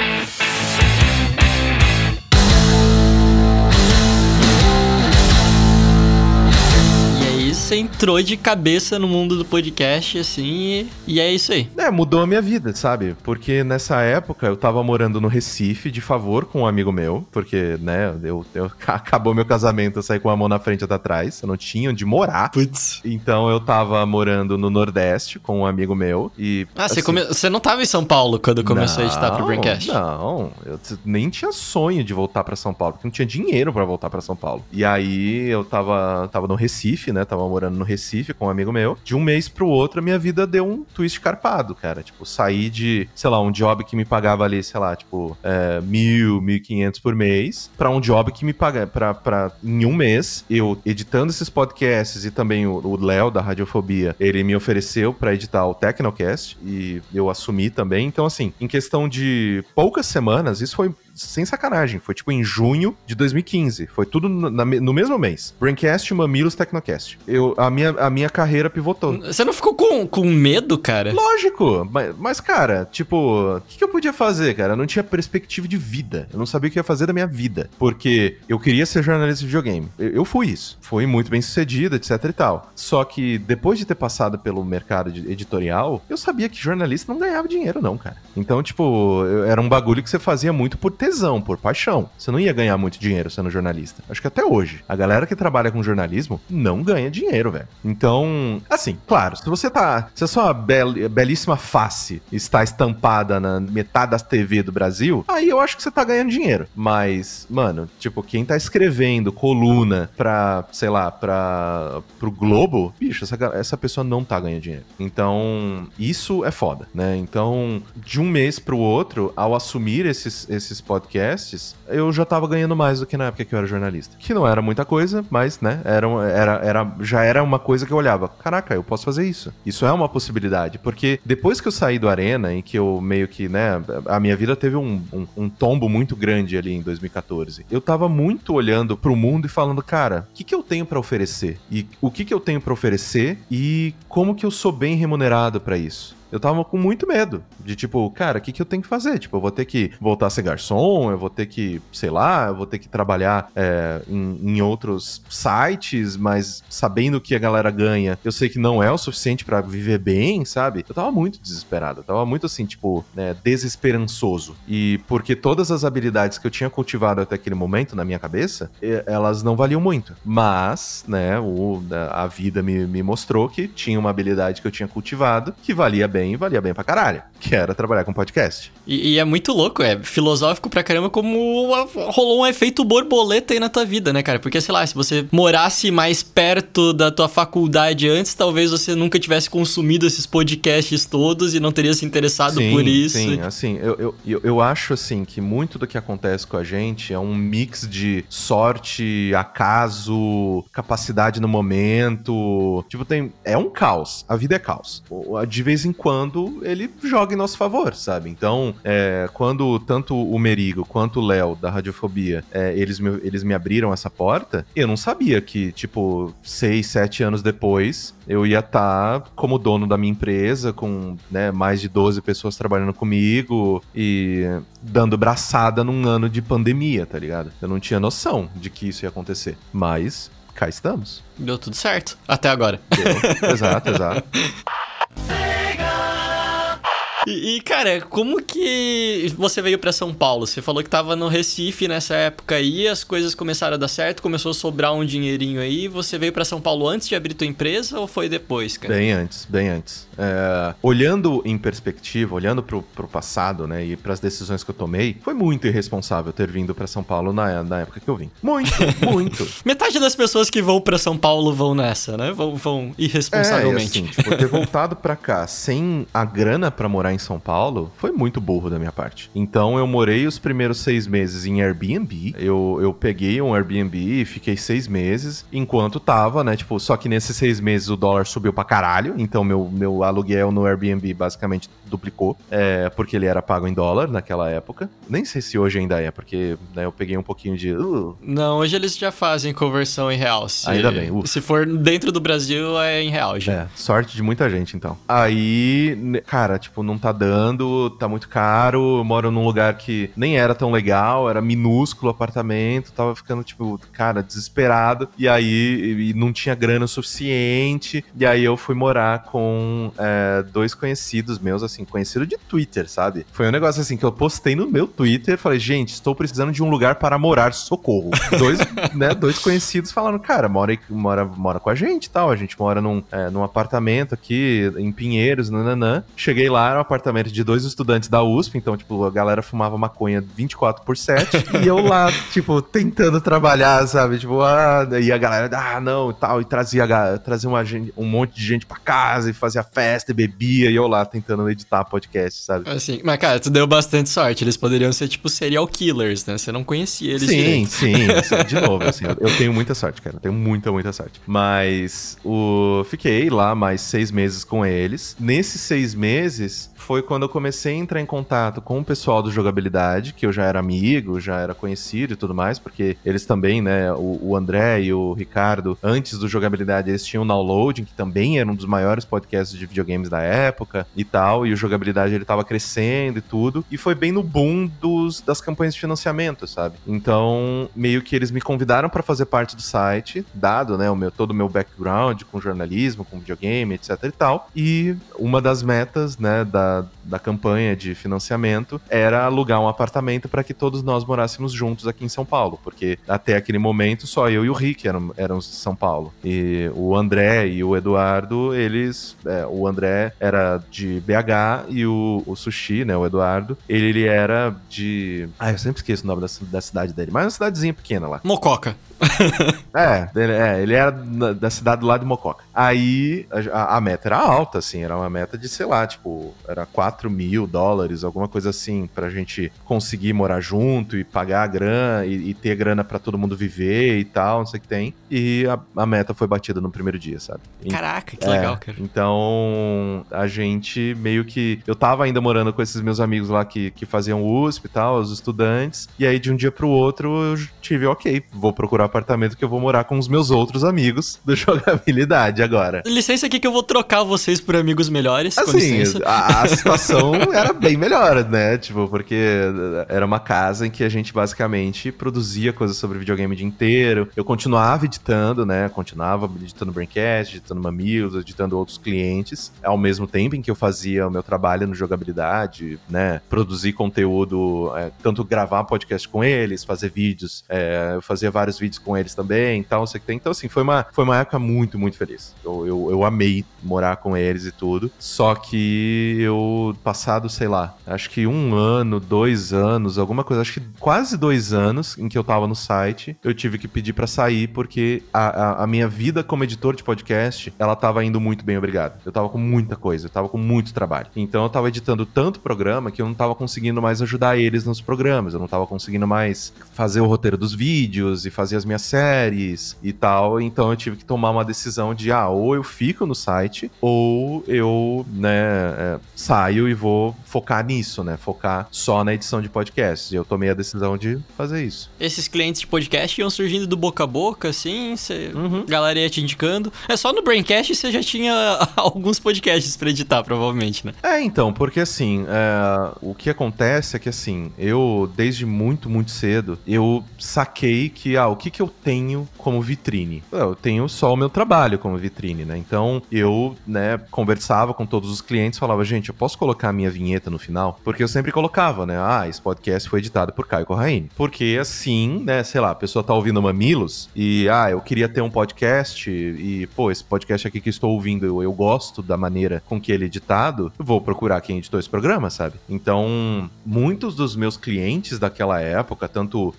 Você entrou de cabeça no mundo do podcast, assim, e é isso aí. Mudou a minha vida, sabe? Porque nessa época eu tava morando no Recife, de favor com um amigo meu, porque, né, acabou meu casamento, eu saí com a mão na frente e outra atrás, eu não tinha onde morar. Putz. Então eu tava morando no Nordeste com um amigo meu e... assim, você não tava em São Paulo quando começou a editar pro Braincast? Não, eu nem tinha sonho de voltar pra São Paulo, porque não tinha dinheiro pra voltar pra São Paulo. E aí eu tava no Recife, né, tava morando no Recife com um amigo meu. De um mês pro outro, a minha vida deu um twist carpado, cara. Tipo, saí de, sei lá, um job que me pagava ali, sei lá, tipo, 1.000, 1.500 por mês, pra um job que me paga, em um mês, eu editando esses podcasts e também o Léo, da Radiofobia, ele me ofereceu pra editar o Tecnocast e eu assumi também. Então, assim, em questão de poucas semanas, isso foi sem sacanagem, foi tipo em junho de 2015. Foi tudo no mesmo mês. Braincast, Mamilos, Tecnocast. A minha carreira pivotou. Você não ficou com medo, cara? Lógico, mas cara, tipo, o que eu podia fazer, cara? Eu não tinha perspectiva de vida. Eu não sabia o que ia fazer da minha vida. Porque eu queria ser jornalista de videogame. Eu fui isso. Fui muito bem sucedido, etc e tal. Só que depois de ter passado pelo mercado editorial, eu sabia que jornalista não ganhava dinheiro, não, cara. Então, tipo, era um bagulho que você fazia muito por tesão, por paixão. Você não ia ganhar muito dinheiro sendo jornalista. Acho que até hoje, a galera que trabalha com jornalismo não ganha dinheiro, velho. Então, assim, claro, se a sua belíssima face está estampada na metade das TV do Brasil, aí eu acho que você tá ganhando dinheiro. Mas, mano, tipo, quem tá escrevendo coluna pra, sei lá, pro Globo, bicho, essa pessoa não tá ganhando dinheiro. Então, isso é foda, né? Então, de um mês pro outro, ao assumir esses podcasts, eu já tava ganhando mais do que na época que eu era jornalista. Que não era muita coisa, mas, né, já era uma coisa que eu olhava. Caraca, eu posso fazer isso. Isso é uma possibilidade. Porque depois que eu saí do Arena, em que eu meio que, né, a minha vida teve um tombo muito grande ali em 2014. Eu tava muito olhando pro mundo e falando, cara, o que eu tenho pra oferecer? E o que eu tenho pra oferecer? E como que eu sou bem remunerado pra isso? Eu tava com muito medo de, tipo, cara, o que eu tenho que fazer? Tipo, eu vou ter que voltar a ser garçom, eu vou ter que, sei lá, eu vou ter que trabalhar em outros sites, mas sabendo que a galera ganha, eu sei que não é o suficiente pra viver bem, sabe? Eu tava muito desesperado, eu tava muito, assim, tipo, né, desesperançoso. E porque todas as habilidades que eu tinha cultivado até aquele momento na minha cabeça, elas não valiam muito. Mas, né, a vida me mostrou que tinha uma habilidade que eu tinha cultivado que valia bem pra caralho, que era trabalhar com podcast. E é muito louco, é filosófico pra caramba como rolou um efeito borboleta aí na tua vida, né, cara? Porque, sei lá, se você morasse mais perto da tua faculdade antes, talvez você nunca tivesse consumido esses podcasts todos e não teria se interessado por isso. Sim, assim, eu acho, assim, que muito do que acontece com a gente é um mix de sorte, acaso, capacidade no momento. Tipo, é um caos. A vida é caos. De vez em quando ele joga em nosso favor, sabe? Então, quando tanto o Merigo quanto o Léo da Radiofobia, eles me abriram essa porta, eu não sabia que, tipo, 6, 7 anos depois, eu ia estar como dono da minha empresa, com, né, mais de 12 pessoas trabalhando comigo e dando braçada num ano de pandemia, tá ligado? Eu não tinha noção de que isso ia acontecer, mas cá estamos. Deu tudo certo, até agora. Exato. E, cara, como que você veio pra São Paulo? Você falou que tava no Recife nessa época aí, as coisas começaram a dar certo, começou a sobrar um dinheirinho aí. Você veio pra São Paulo antes de abrir tua empresa ou foi depois, cara? Bem antes. Olhando em perspectiva, olhando pro passado, né, e pras decisões que eu tomei, foi muito irresponsável ter vindo pra São Paulo na época que eu vim. Muito. Metade das pessoas que vão pra São Paulo vão nessa, né? Vão irresponsavelmente. Assim, tipo, ter voltado pra cá sem a grana pra morar em São Paulo foi muito burro da minha parte. Então eu morei os primeiros 6 meses em Airbnb. Eu peguei um Airbnb e fiquei 6 meses enquanto tava, né? Tipo, só que nesses 6 meses o dólar subiu pra caralho. Então meu aluguel no Airbnb basicamente duplicou. Porque ele era pago em dólar naquela época. Nem sei se hoje ainda é, porque, né, eu peguei um pouquinho de... Não, hoje eles já fazem conversão em real. Ainda bem. Se for dentro do Brasil, é em real já. Sorte de muita gente, então. Aí, cara, tipo, não tá dando, tá muito caro, eu moro num lugar que nem era tão legal, era minúsculo apartamento, tava ficando, tipo, cara, desesperado, e aí não tinha grana o suficiente, e aí eu fui morar com 2 conhecidos meus, assim, conhecido de Twitter, sabe? Foi um negócio, assim, que eu postei no meu Twitter, falei, gente, estou precisando de um lugar para morar, socorro. 2 conhecidos falaram, cara, mora com a gente e tal, a gente mora num apartamento aqui, em Pinheiros, nananã. Cheguei lá, era um apartamento de 2 estudantes da USP, então, tipo, a galera fumava maconha 24/7, e eu lá, tipo, tentando trabalhar, sabe? Tipo, e a galera, não, e tal, e trazia um monte de gente pra casa, e fazia festa, e bebia, e eu lá tentando editar podcast, sabe? Assim, mas, cara, tu deu bastante sorte, eles poderiam ser, tipo, serial killers, né? Você não conhecia eles direito. Sim, assim, de novo, assim, eu tenho muita sorte, cara, eu tenho muita sorte. Mas, fiquei lá mais 6 meses com eles. Nesses 6 meses, foi quando eu comecei a entrar em contato com o pessoal do Jogabilidade, que eu já era amigo, já era conhecido e tudo mais, porque eles também, né, o André e o Ricardo, antes do Jogabilidade, eles tinham o Downloading, que também era um dos maiores podcasts de videogames da época e tal, e o Jogabilidade ele tava crescendo e tudo, e foi bem no boom das campanhas de financiamento, sabe? Então, meio que eles me convidaram pra fazer parte do site, dado, né, todo o meu background com jornalismo, com videogame, etc e tal, e uma das metas, né, da campanha de financiamento era alugar um apartamento para que todos nós morássemos juntos aqui em São Paulo, porque até aquele momento só eu e o Rick eram de São Paulo. E o André e o Eduardo, o André era de BH e o Sushi, né, o Eduardo, ele era de... eu sempre esqueço o nome da cidade dele, mas é uma cidadezinha pequena lá. Mococa. Ele era da cidade lá de Mococa. Aí a meta era alta, assim, era uma meta de, sei lá, tipo, era $4.000, alguma coisa assim, pra gente conseguir morar junto e pagar a grana e ter grana pra todo mundo viver e tal, não sei o que tem. E a meta foi batida no primeiro dia, sabe? Caraca, que legal, cara. Então, a gente meio que... Eu tava ainda morando com esses meus amigos lá que faziam USP e tal, os estudantes, e aí de um dia pro outro eu tive, ok, vou procurar apartamento que eu vou morar com os meus outros amigos do Jogabilidade agora. Licença aqui que eu vou trocar vocês por amigos melhores, com assim, licença. A situação era bem melhor, né? Tipo, porque era uma casa em que a gente basicamente produzia coisas sobre videogame o dia inteiro. Eu continuava editando, né? Continuava editando Braincast, editando Mamilos, editando outros clientes, ao mesmo tempo em que eu fazia o meu trabalho no Jogabilidade, né? Produzir conteúdo, tanto gravar podcast com eles, fazer vídeos, eu fazia vários vídeos com eles também, tal, sei que tem. Então, assim, foi uma época muito, muito feliz. Eu amei morar com eles e tudo. Só que eu, passado, sei lá, acho que 1 ano, 2 anos, alguma coisa, acho que quase 2 anos em que eu tava no site, eu tive que pedir pra sair porque a minha vida como editor de podcast, ela tava indo muito bem, obrigado. Eu tava com muita coisa, eu tava com muito trabalho. Então eu tava editando tanto programa que eu não tava conseguindo mais ajudar eles nos programas, eu não tava conseguindo mais fazer o roteiro dos vídeos e fazer as minhas séries e tal, então eu tive que tomar uma decisão de, ou eu fico no site, ou eu, né, saio e vou focar nisso, né, focar só na edição de podcasts. E eu tomei a decisão de fazer isso. Esses clientes de podcast iam surgindo do boca a boca, assim, galera ia te indicando. Só no Braincast você já tinha alguns podcasts pra editar, provavelmente, né? Então, porque assim, o que acontece é que assim, eu, desde muito, muito cedo, eu saquei que, o que eu tenho como vitrine? Eu tenho só o meu trabalho como vitrine, né? Então, eu, né, conversava com todos os clientes, falava, gente, eu posso colocar a minha vinheta no final? Porque eu sempre colocava, né? Esse podcast foi editado por Caio Corraine. Porque assim, né, sei lá, a pessoa tá ouvindo Mamilos e, eu queria ter um podcast e, pô, esse podcast aqui que estou ouvindo, eu gosto da maneira com que ele é editado, eu vou procurar quem editou esse programa, sabe? Então, muitos dos meus clientes daquela época, tanto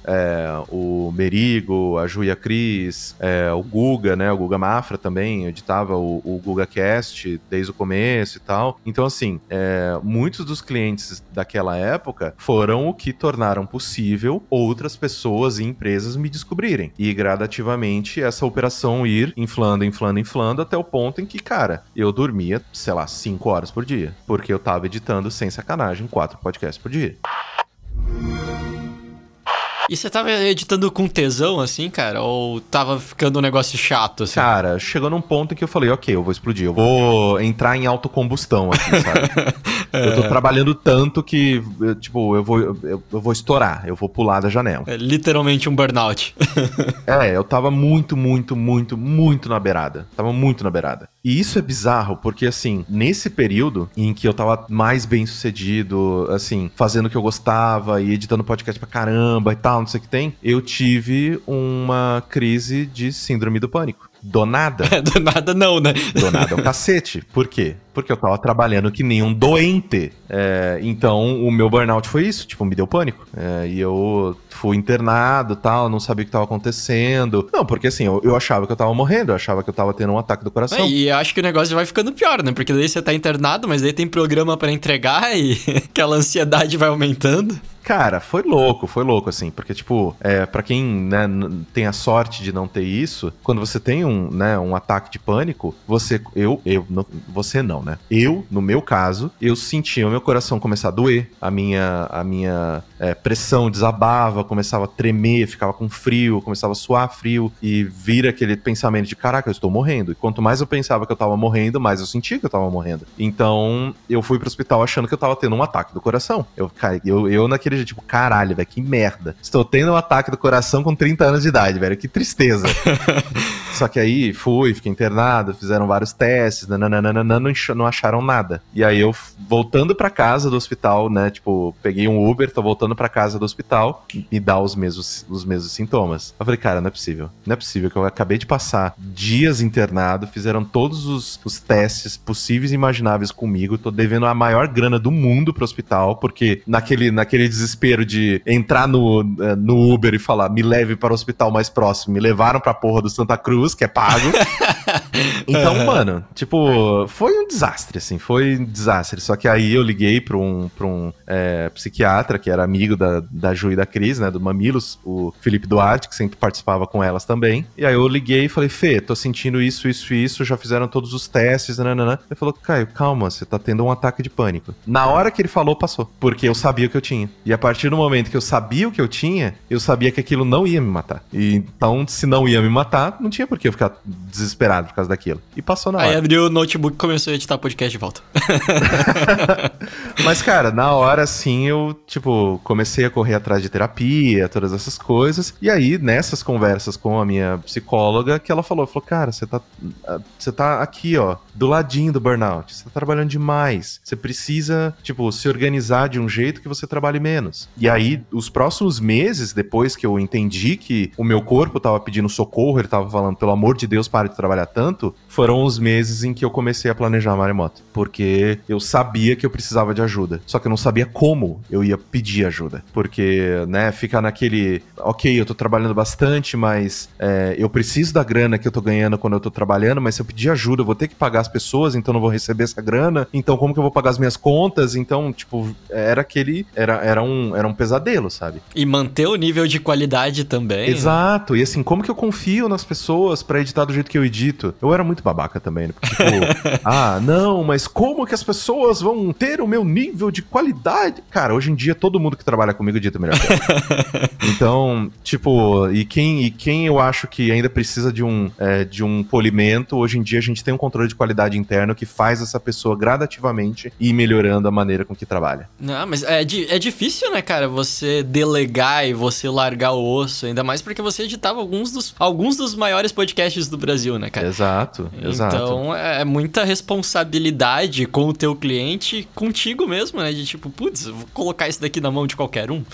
o Merigo, a Ju e a Cris, o Guga, né, o Guga Mafra também, editava o GugaCast desde o começo e tal. Então, assim, muitos dos clientes daquela época foram o que tornaram possível outras pessoas e empresas me descobrirem. E gradativamente essa operação ir inflando até o ponto em que, cara, eu dormia, sei lá, 5 horas por dia. Porque eu tava editando, sem sacanagem, 4 podcasts por dia. E você tava editando com tesão, assim, cara? Ou tava ficando um negócio chato, assim? Cara, chegou num ponto em que eu falei, ok, eu vou explodir. Eu vou entrar em autocombustão aqui, sabe? Eu tô trabalhando tanto que, tipo, eu vou estourar. Eu vou pular da janela. É literalmente um burnout. Eu tava muito, muito, muito, muito na beirada. Tava muito na beirada. E isso é bizarro, porque, assim, nesse período em que eu tava mais bem sucedido, assim, fazendo o que eu gostava e editando podcast pra caramba e tal, não sei o que tem, eu tive uma crise de síndrome do pânico. Do nada. Do nada não, né? Do nada é o cacete. Por quê? Porque eu tava trabalhando que nem um doente. Então, o meu burnout foi isso. Tipo, me deu pânico. E eu fui internado e tal, não sabia o que tava acontecendo. Não, porque assim, eu achava que eu tava morrendo. Eu achava que eu tava tendo um ataque do coração. E eu acho que o negócio vai ficando pior, né? Porque daí você tá internado, mas daí tem programa pra entregar e aquela ansiedade vai aumentando. Cara, foi louco, assim, porque, tipo, pra quem, né, tem a sorte de não ter isso, quando você tem um ataque de pânico, você não, né? No meu caso, eu sentia o meu coração começar a doer, a minha pressão desabava, começava a tremer, ficava com frio, começava a suar frio e vira aquele pensamento de caraca, eu estou morrendo. E quanto mais eu pensava que eu tava morrendo, mais eu sentia que eu tava morrendo. Então, eu fui pro hospital achando que eu tava tendo um ataque do coração. Eu naquele dia, tipo, caralho, velho, que merda. Estou tendo um ataque do coração com 30 anos de idade, velho, que tristeza. Só que aí fiquei internado, fizeram vários testes, não acharam nada. E aí eu, voltando pra casa do hospital, né, tipo, peguei um Uber, tô voltando pra casa do hospital, me dá os mesmos sintomas. Eu falei, cara, não é possível que eu acabei de passar dias internado, fizeram todos os testes possíveis e imagináveis comigo, tô devendo a maior grana do mundo pro hospital, porque naquele desespero de entrar no Uber e falar, me leve para o hospital mais próximo, me levaram pra porra do Santa Cruz, que é pago. Então, mano, tipo, foi um desastre, assim, Só que aí eu liguei pra um psiquiatra, que era amigo da Ju e da Cris, né, do Mamilos, o Felipe Duarte, que sempre participava com elas também. E aí eu liguei e falei, Fê, tô sentindo isso, já fizeram todos os testes, nananã. Ele falou, Caio, calma, você tá tendo um ataque de pânico. Na hora que ele falou, passou, porque eu sabia o que eu tinha. E a partir do momento que eu sabia o que eu tinha, eu sabia que aquilo não ia me matar. E então, se não ia me matar, não tinha por que eu ficar desesperado por causa daquilo. E passou na hora. Aí abriu o notebook e começou a editar podcast de volta. Mas, cara, na hora, assim, eu, tipo, comecei a correr atrás de terapia, todas essas coisas. E aí, nessas conversas com a minha psicóloga, que ela falou, cara, você tá aqui, ó, do ladinho do burnout. Você tá trabalhando demais. Você precisa, tipo, se organizar de um jeito que você trabalhe menos. E aí, os próximos meses, depois que eu entendi que o meu corpo tava pedindo socorro, ele tava falando, pelo amor de Deus, pare de trabalhar tanto, foram os meses em que eu comecei a planejar a maremoto. Porque eu sabia que eu precisava de ajuda. Só que eu não sabia como eu ia pedir ajuda. Porque, né, fica naquele... Ok, eu tô trabalhando bastante, mas eu preciso da grana que eu tô ganhando quando eu tô trabalhando, mas se eu pedir ajuda, eu vou ter que pagar as pessoas, então eu não vou receber essa grana. Então como que eu vou pagar as minhas contas? Então, tipo, era um pesadelo, sabe? E manter o nível de qualidade também. Exato. Né? E assim, como que eu confio nas pessoas pra editar do jeito que eu edito? Eu era muito babaca também, né? Porque, tipo, não, mas como que as pessoas vão ter o meu nível de qualidade? Cara, hoje em dia todo mundo que trabalha comigo edita melhor que eu. Então, tipo, e quem eu acho que ainda precisa de um polimento, hoje em dia a gente tem um controle de qualidade interno que faz essa pessoa gradativamente ir melhorando a maneira com que trabalha. Não, mas é difícil, né, cara, você delegar e você largar o osso, ainda mais porque você editava alguns dos maiores podcasts do Brasil, né, cara? Exato. Então, é muita responsabilidade com o teu cliente, contigo mesmo, né, de tipo, putz, vou colocar isso daqui na mão de qualquer um.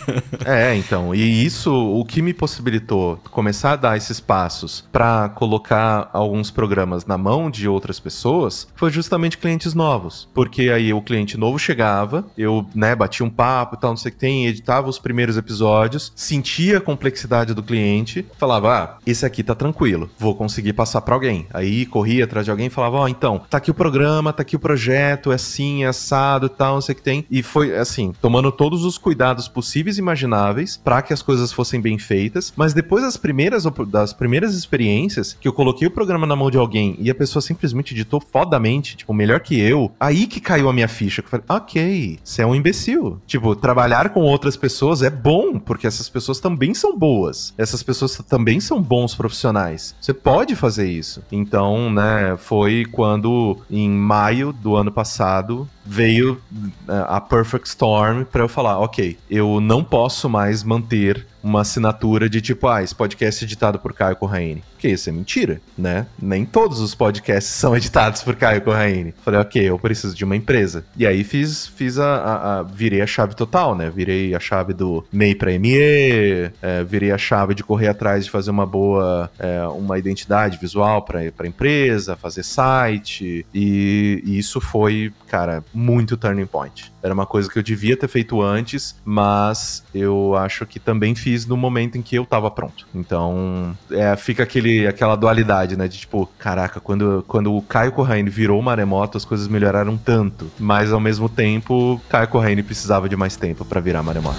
Então, e isso, o que me possibilitou começar a dar esses passos pra colocar alguns programas na mão de outras pessoas, foi justamente clientes novos, porque aí o cliente novo chegava, eu, né, batia um papo e tal, não sei o que tem, editava os primeiros episódios, sentia a complexidade do cliente, falava, esse aqui tá tranquilo, vou conseguir passar pra alguém. Aí corria atrás de alguém e falava, então, tá aqui o programa, tá aqui o projeto, é assim, é assado e tal, não sei o que tem. E foi assim, tomando todos os cuidados possíveis e imagináveis pra que as coisas fossem bem feitas, mas depois das primeiras experiências que eu coloquei o programa na mão de alguém e a pessoa simplesmente editou fodamente, tipo, melhor que eu, aí que caiu a minha ficha, que eu falei, ok, você é um imbecil. Tipo, trabalhar com outras pessoas é bom, porque essas pessoas também são boas. Essas pessoas também são bons profissionais. Você pode fazer isso. Então, né, foi quando, em maio do ano passado, veio a Perfect Storm pra eu falar, ok, eu não posso mais manter uma assinatura de tipo, esse podcast é editado por Caio Corraine. Porque isso é mentira, né? Nem todos os podcasts são editados por Caio Corraine. Falei, ok, eu preciso de uma empresa. E aí virei a chave total, né? Virei a chave do MEI pra ME, virei a chave de correr atrás de fazer uma boa, uma identidade visual pra empresa, fazer site. E isso foi, cara, muito turning point. Era uma coisa que eu devia ter feito antes, mas eu acho que também fiz no momento em que eu tava pronto. Então, fica aquela dualidade, né? De tipo, caraca, quando o Caio Corraine virou maremoto, as coisas melhoraram tanto. Mas, ao mesmo tempo, Caio Corraine precisava de mais tempo pra virar maremoto.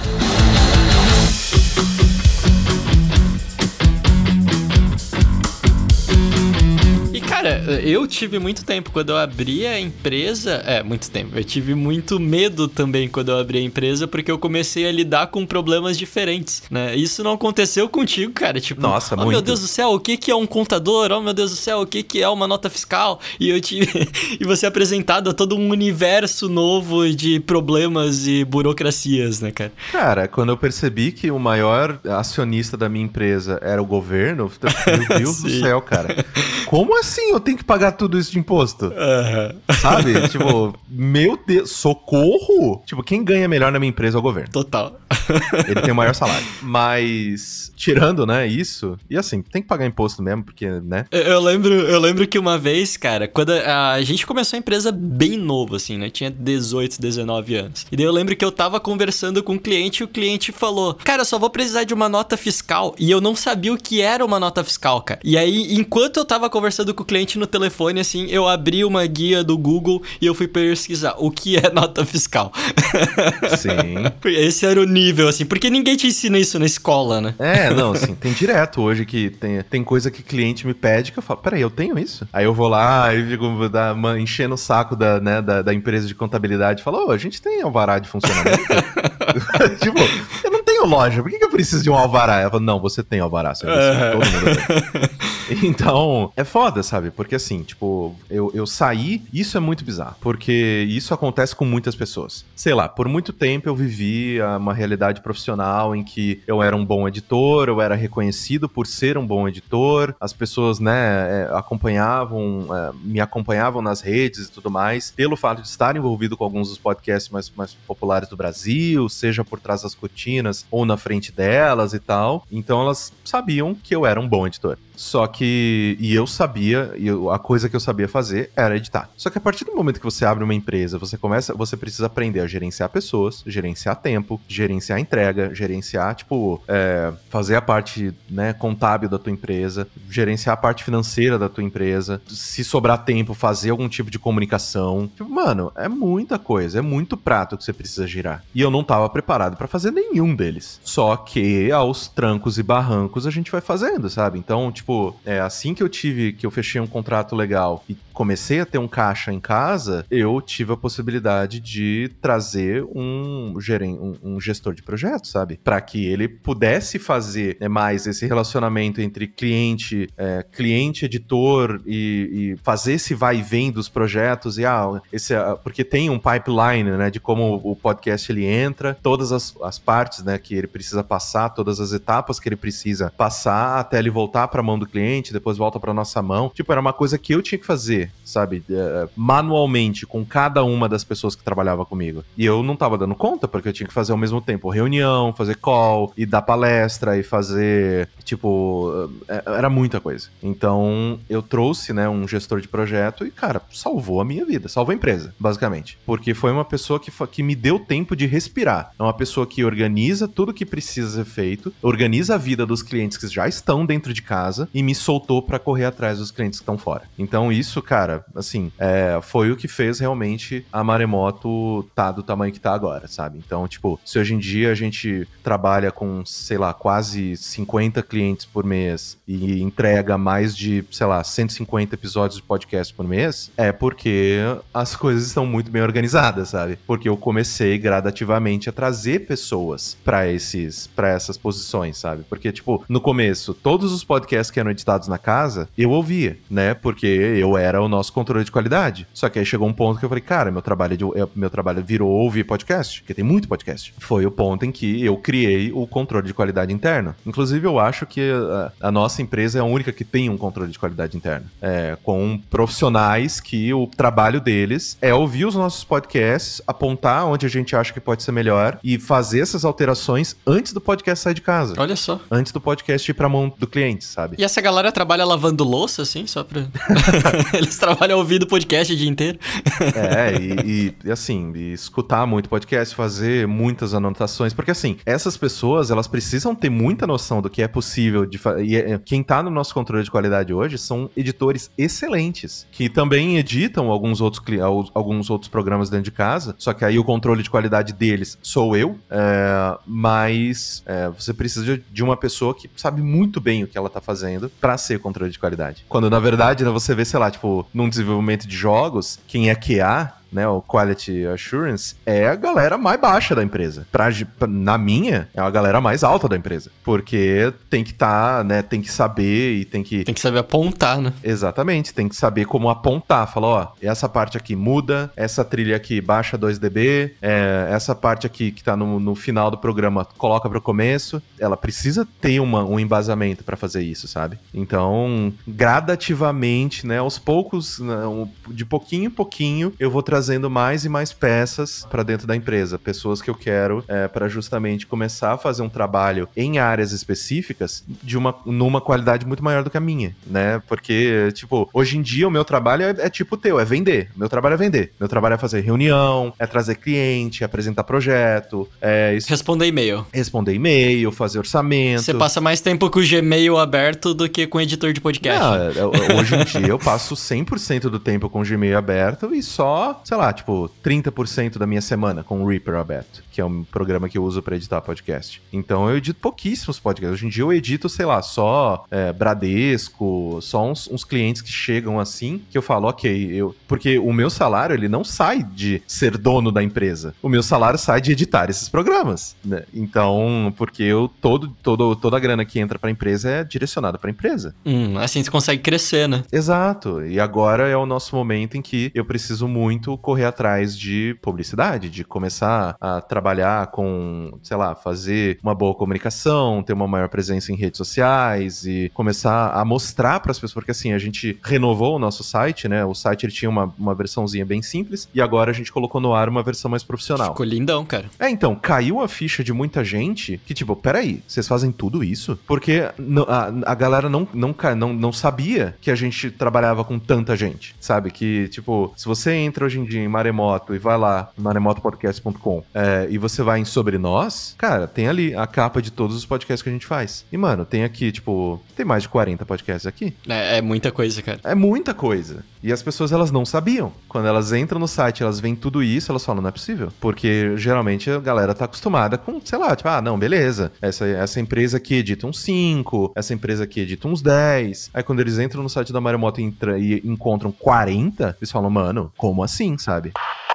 E, cara, Eu tive muito tempo quando eu abri a empresa. Muito tempo. Eu tive muito medo também quando eu abri a empresa, porque eu comecei a lidar com problemas diferentes, né? Isso não aconteceu contigo, cara. Tipo, nossa, muito. Meu Deus do céu, o que é um contador? Oh, meu Deus do céu, o que é uma nota fiscal? E eu tive. E você é apresentado a todo um universo novo de problemas e burocracias, né, cara? Cara, quando eu percebi que o maior acionista da minha empresa era o governo, meu Deus do céu, cara. Como assim eu tenho que pagar tudo isso de imposto? Sabe? Tipo, meu Deus, socorro! Tipo, quem ganha melhor na minha empresa é o governo. Total. Ele tem o maior salário. Mas, tirando, né, isso... E assim, tem que pagar imposto mesmo, porque, né? Eu lembro que uma vez, cara, quando a gente começou a empresa bem novo, assim, né? Tinha 18, 19 anos. E daí eu lembro que eu tava conversando com um cliente e o cliente falou: cara, eu só vou precisar de uma nota fiscal. E eu não sabia o que era uma nota fiscal, cara. E aí, enquanto eu tava conversando com o cliente no telefone, assim, eu abri uma guia do Google e eu fui pesquisar o que é nota fiscal. Sim. Esse era o nível, assim, porque ninguém te ensina isso na escola, né? Não, assim, tem direto hoje que tem coisa que cliente me pede que eu falo, peraí, eu tenho isso? Aí eu vou lá e fico enchendo o saco da empresa de contabilidade e falo, a gente tem alvará de funcionamento? Tipo, eu não tenho loja, por que eu preciso de um alvará? Ela fala, não, você tem alvará, todo mundo tem. Então, é foda, sabe? Porque assim, tipo, eu saí, isso é muito bizarro, porque isso acontece com muitas pessoas. Sei lá, por muito tempo eu vivi uma realidade profissional em que eu era um bom editor, eu era reconhecido por ser um bom editor, as pessoas, né, me acompanhavam nas redes e tudo mais, pelo fato de estar envolvido com alguns dos podcasts mais populares do Brasil, seja por trás das cortinas ou na frente delas e tal. Então elas sabiam que eu era um bom editor. Só que, eu sabia, a coisa que eu sabia fazer era editar. Só que a partir do momento que você abre uma empresa, você precisa aprender a gerenciar pessoas, gerenciar tempo, gerenciar entrega, gerenciar, tipo, fazer a parte, né, contábil da tua empresa, gerenciar a parte financeira da tua empresa, se sobrar tempo, fazer algum tipo de comunicação. Tipo, mano, é muita coisa, é muito prato que você precisa girar. E eu não tava preparado pra fazer nenhum deles. Só que aos trancos e barrancos a gente vai fazendo, sabe? Então, tipo, assim que eu fechei um contrato legal e comecei a ter um caixa em casa, eu tive a possibilidade de trazer um gestor de projetos, sabe? Para que ele pudesse fazer mais esse relacionamento entre cliente, editor e fazer esse vai e vem dos projetos porque tem um pipeline, né, de como o podcast ele entra, todas as partes, né, que ele precisa passar, todas as etapas que ele precisa passar até ele voltar para a mão do cliente, depois volta para nossa mão. Tipo, era uma coisa que eu tinha que fazer, sabe? Manualmente, com cada uma das pessoas que trabalhava comigo. E eu não tava dando conta, porque eu tinha que fazer ao mesmo tempo reunião, fazer call, e dar palestra, e fazer, tipo, era muita coisa. Então, eu trouxe, né, um gestor de projeto e, cara, salvou a minha vida, salvou a empresa, basicamente. Porque foi uma pessoa que me deu tempo de respirar. É uma pessoa que organiza tudo que precisa ser feito, organiza a vida dos clientes que já estão dentro de casa e me soltou pra correr atrás dos clientes que estão fora. Então isso, cara, assim, foi o que fez realmente a Maremoto tá do tamanho que tá agora, sabe? Então, tipo, se hoje em dia a gente trabalha com, sei lá, quase 50 clientes por mês e entrega mais de, sei lá, 150 episódios de podcast por mês, é porque as coisas estão muito bem organizadas, sabe? Porque eu comecei gradativamente a trazer pessoas pra essas posições, sabe? Porque, tipo, no começo, todos os podcasts que eram editados na casa, eu ouvia, né? Porque eu era o nosso controle de qualidade. Só que aí chegou um ponto que eu falei, cara, meu trabalho virou ouvir podcast, porque tem muito podcast. Foi o ponto em que eu criei o controle de qualidade interno. Inclusive, eu acho que a nossa empresa é a única que tem um controle de qualidade interno. Com profissionais que o trabalho deles é ouvir os nossos podcasts, apontar onde a gente acha que pode ser melhor e fazer essas alterações antes do podcast sair de casa. Olha só. Antes do podcast ir pra mão do cliente, sabe? E essa galera trabalha lavando louça, assim, só pra... Eles trabalham ouvindo podcast o dia inteiro. E assim, escutar muito podcast, fazer muitas anotações, porque assim, essas pessoas, elas precisam ter muita noção do que é possível de fazer. E quem tá no nosso controle de qualidade hoje são editores excelentes, que também editam alguns outros programas dentro de casa, só que aí o controle de qualidade deles sou eu, mas você precisa de uma pessoa que sabe muito bem o que ela tá fazendo pra ser controle de qualidade. Quando, na verdade, né, você vê, sei lá, tipo, num desenvolvimento de jogos, quem é QA, né, o Quality Assurance, é a galera mais baixa da empresa. Na minha, é a galera mais alta da empresa. Porque tem que estar, né, tem que saber e tem que... Tem que saber apontar, né? Exatamente, tem que saber como apontar. Fala, ó, essa parte aqui muda, essa trilha aqui baixa 2 dB, essa parte aqui que tá no final do programa coloca pro começo. Ela precisa ter um embasamento pra fazer isso, sabe? Então, gradativamente, né, aos poucos, né, de pouquinho em pouquinho, eu vou trazendo mais e mais peças pra dentro da empresa. Pessoas que eu quero pra justamente começar a fazer um trabalho em áreas específicas numa qualidade muito maior do que a minha, né? Porque, tipo, hoje em dia o meu trabalho é tipo o teu, é vender. Meu trabalho é vender. Meu trabalho é fazer reunião, é trazer cliente, é apresentar projeto, Responder e-mail, fazer orçamento. Você passa mais tempo com o Gmail aberto do que com o editor de podcast. Não, hoje em dia eu passo 100% do tempo com o Gmail aberto e só, sei lá, tipo, 30% da minha semana com o Reaper aberto, que é um programa que eu uso pra editar podcast. Então eu edito pouquíssimos podcasts. Hoje em dia eu edito, sei lá, só Bradesco, só uns clientes que chegam assim, que eu falo, ok, porque o meu salário, ele não sai de ser dono da empresa. O meu salário sai de editar esses programas, né? Então, porque toda a grana que entra pra empresa é direcionada pra empresa. Assim você consegue crescer, né? Exato. E agora é o nosso momento em que eu preciso muito correr atrás de publicidade, de começar a trabalhar com, sei lá, fazer uma boa comunicação, ter uma maior presença em redes sociais e começar a mostrar para as pessoas, porque assim, a gente renovou o nosso site, né? O site ele tinha uma versãozinha bem simples e agora a gente colocou no ar uma versão mais profissional. Ficou lindão, cara. Então, caiu a ficha de muita gente que, tipo, peraí, vocês fazem tudo isso? Porque a galera não sabia que a gente trabalhava com tanta gente, sabe? Que, tipo, se você entra hoje em dia em Maremoto e vai lá, maremotopodcast.com, e você vai em Sobre Nós, cara, tem ali a capa de todos os podcasts que a gente faz. E, mano, tem aqui, tipo, tem mais de 40 podcasts aqui. É muita coisa, cara. É muita coisa. E as pessoas, elas não sabiam. Quando elas entram no site, elas veem tudo isso, elas falam, não é possível. Porque, geralmente, a galera tá acostumada com, sei lá, tipo, não, beleza. Essa empresa aqui edita uns 5, essa empresa aqui edita uns 10. Aí, quando eles entram no site da Maremoto e encontram 40, eles falam, mano, como assim, sabe?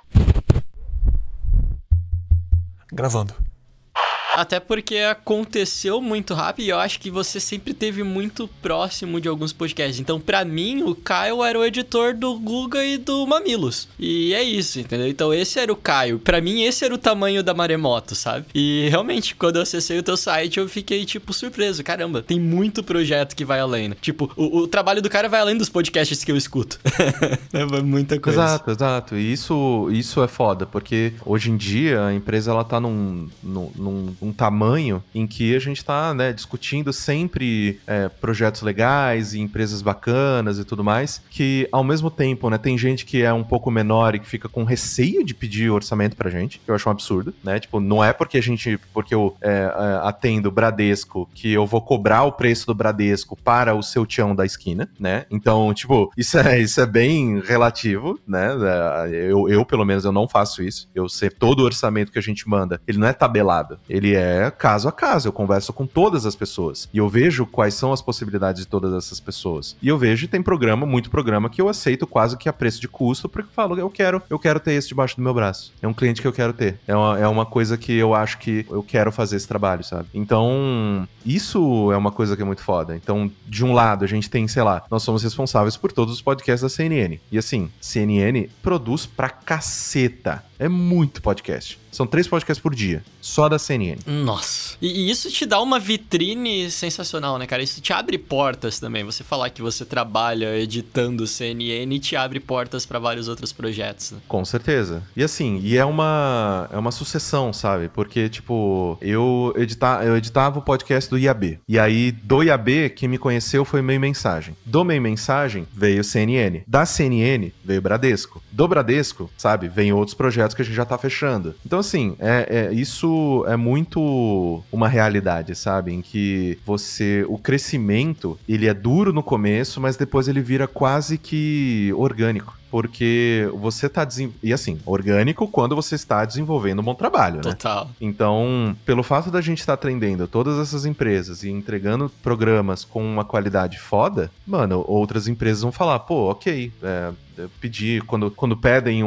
Gravando. Até porque aconteceu muito rápido e eu acho que você sempre teve muito próximo de alguns podcasts. Então, pra mim, o Caio era o editor do Guga e do Mamilos. E é isso, entendeu? Então, esse era o Caio. Pra mim, esse era o tamanho da Maremoto, sabe? E, realmente, quando eu acessei o teu site, eu fiquei, tipo, surpreso. Caramba, tem muito projeto que vai além, né? Tipo, o trabalho do cara vai além dos podcasts que eu escuto. É muita coisa. Exato. E isso é foda, porque hoje em dia a empresa, ela tá num tamanho em que a gente tá, né, discutindo sempre projetos legais e empresas bacanas e tudo mais, que ao mesmo tempo, né, tem gente que é um pouco menor e que fica com receio de pedir orçamento pra gente, que eu acho um absurdo, né, tipo, não é porque eu atendo o Bradesco que eu vou cobrar o preço do Bradesco para o seu tião da esquina, né, então, tipo, isso é bem relativo, né, eu pelo menos, eu não faço isso, eu sei, todo o orçamento que a gente manda, ele não é tabelado, ele é caso a caso, eu converso com todas as pessoas e eu vejo quais são as possibilidades de todas essas pessoas. E eu vejo, tem muito programa que eu aceito quase que a preço de custo, porque eu falo, eu quero ter esse debaixo do meu braço. É um cliente que eu quero ter. É uma coisa que eu acho que eu quero fazer esse trabalho, sabe? Então, isso é uma coisa que é muito foda. Então, de um lado, a gente tem, sei lá, nós somos responsáveis por todos os podcasts da CNN. E assim, CNN produz pra caceta. É muito podcast. São 3 podcasts por dia, só da CNN. Nossa. E isso te dá uma vitrine sensacional, né, cara? Isso te abre portas também. Você falar que você trabalha editando CNN te abre portas pra vários outros projetos, né? Com certeza. E assim, é uma sucessão, sabe? Porque, tipo, eu editava o podcast do IAB. E aí, do IAB, quem me conheceu foi o Meio Mensagem. Do Meio Mensagem, veio CNN. Da CNN, veio Bradesco. Do Bradesco, sabe? Vem outros projetos que a gente já tá fechando. Então, assim, isso é muito uma realidade, sabe? Em que o crescimento, ele é duro no começo, mas depois ele vira quase que orgânico. porque você tá e assim, orgânico quando você está desenvolvendo um bom trabalho, né? Total. Então, pelo fato da gente estar atendendo todas essas empresas e entregando programas com uma qualidade foda, mano, outras empresas vão falar, pô, ok, pedir, quando pedem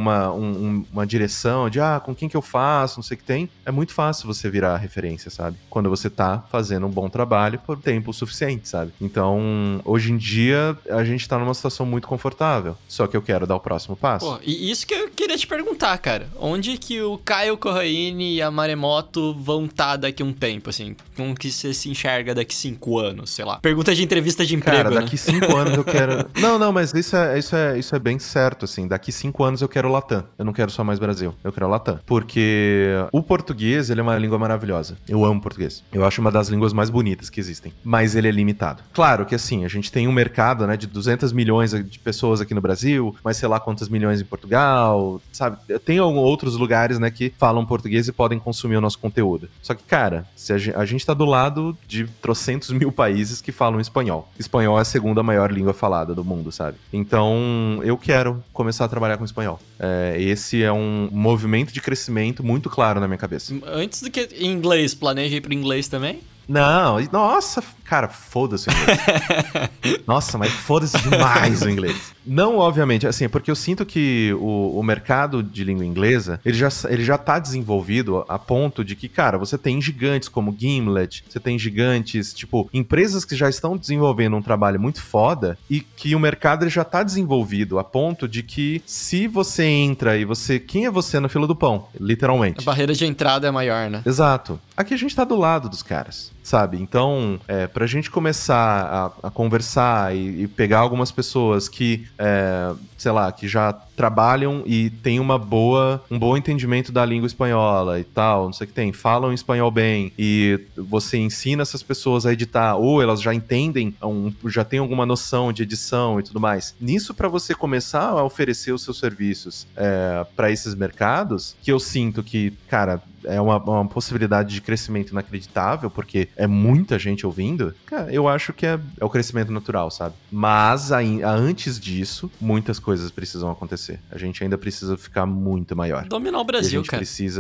uma direção de, com quem que eu faço, não sei o que tem, é muito fácil você virar referência, sabe? Quando você tá fazendo um bom trabalho por tempo suficiente, sabe? Então, hoje em dia, a gente tá numa situação muito confortável, só que eu quero dar o próximo passo. Pô, e isso que eu queria te perguntar, cara. Onde que o Caio Corraine e a Maremoto vão estar daqui a um tempo, assim? Como que você se enxerga daqui 5 anos, sei lá? Pergunta de entrevista de emprego, cara, né? daqui 5 anos eu quero... Não, mas isso é bem certo, assim. Daqui 5 anos eu quero Latam. Eu não quero só mais Brasil. Eu quero Latam. Porque o português, ele é uma língua maravilhosa. Eu amo português. Eu acho uma das línguas mais bonitas que existem. Mas ele é limitado. Claro que, assim, a gente tem um mercado, né, de 200 milhões de pessoas aqui no Brasil, mas sei lá quantas milhões em Portugal, sabe? Tem outros lugares, né, que falam português e podem consumir o nosso conteúdo. Só que, cara, se a gente tá do lado de trocentos mil países que falam espanhol. Espanhol é a segunda maior língua falada do mundo, sabe? Então, eu quero começar a trabalhar com espanhol. Esse é um movimento de crescimento muito claro na minha cabeça. Antes do que inglês, planeja ir pro inglês também? Não, nossa, cara, foda-se o inglês. Nossa, mas foda-se demais o inglês. Não, obviamente, assim, porque eu sinto que o mercado de língua inglesa, ele já tá desenvolvido a ponto de que, cara, você tem gigantes como Gimlet, você tem gigantes, tipo, empresas que já estão desenvolvendo um trabalho muito foda e que o mercado ele já tá desenvolvido a ponto de que se você entra e quem é você na fila do pão? Literalmente. A barreira de entrada é maior, né? Exato. Aqui a gente tá do lado dos caras, sabe? Então, pra gente começar a conversar e pegar algumas pessoas que, sei lá, que já trabalham e tem um bom entendimento da língua espanhola e tal, não sei o que tem, falam espanhol bem, e você ensina essas pessoas a editar, ou elas já entendem, já tem alguma noção de edição e tudo mais. Nisso, pra você começar a oferecer os seus serviços pra esses mercados, que eu sinto que, cara, é uma possibilidade de crescimento inacreditável, porque é muita gente ouvindo, cara, eu acho que é o crescimento natural, sabe? Mas antes disso, muitas coisas precisam acontecer. A gente ainda precisa ficar muito maior. Dominar o Brasil, cara. A gente precisa...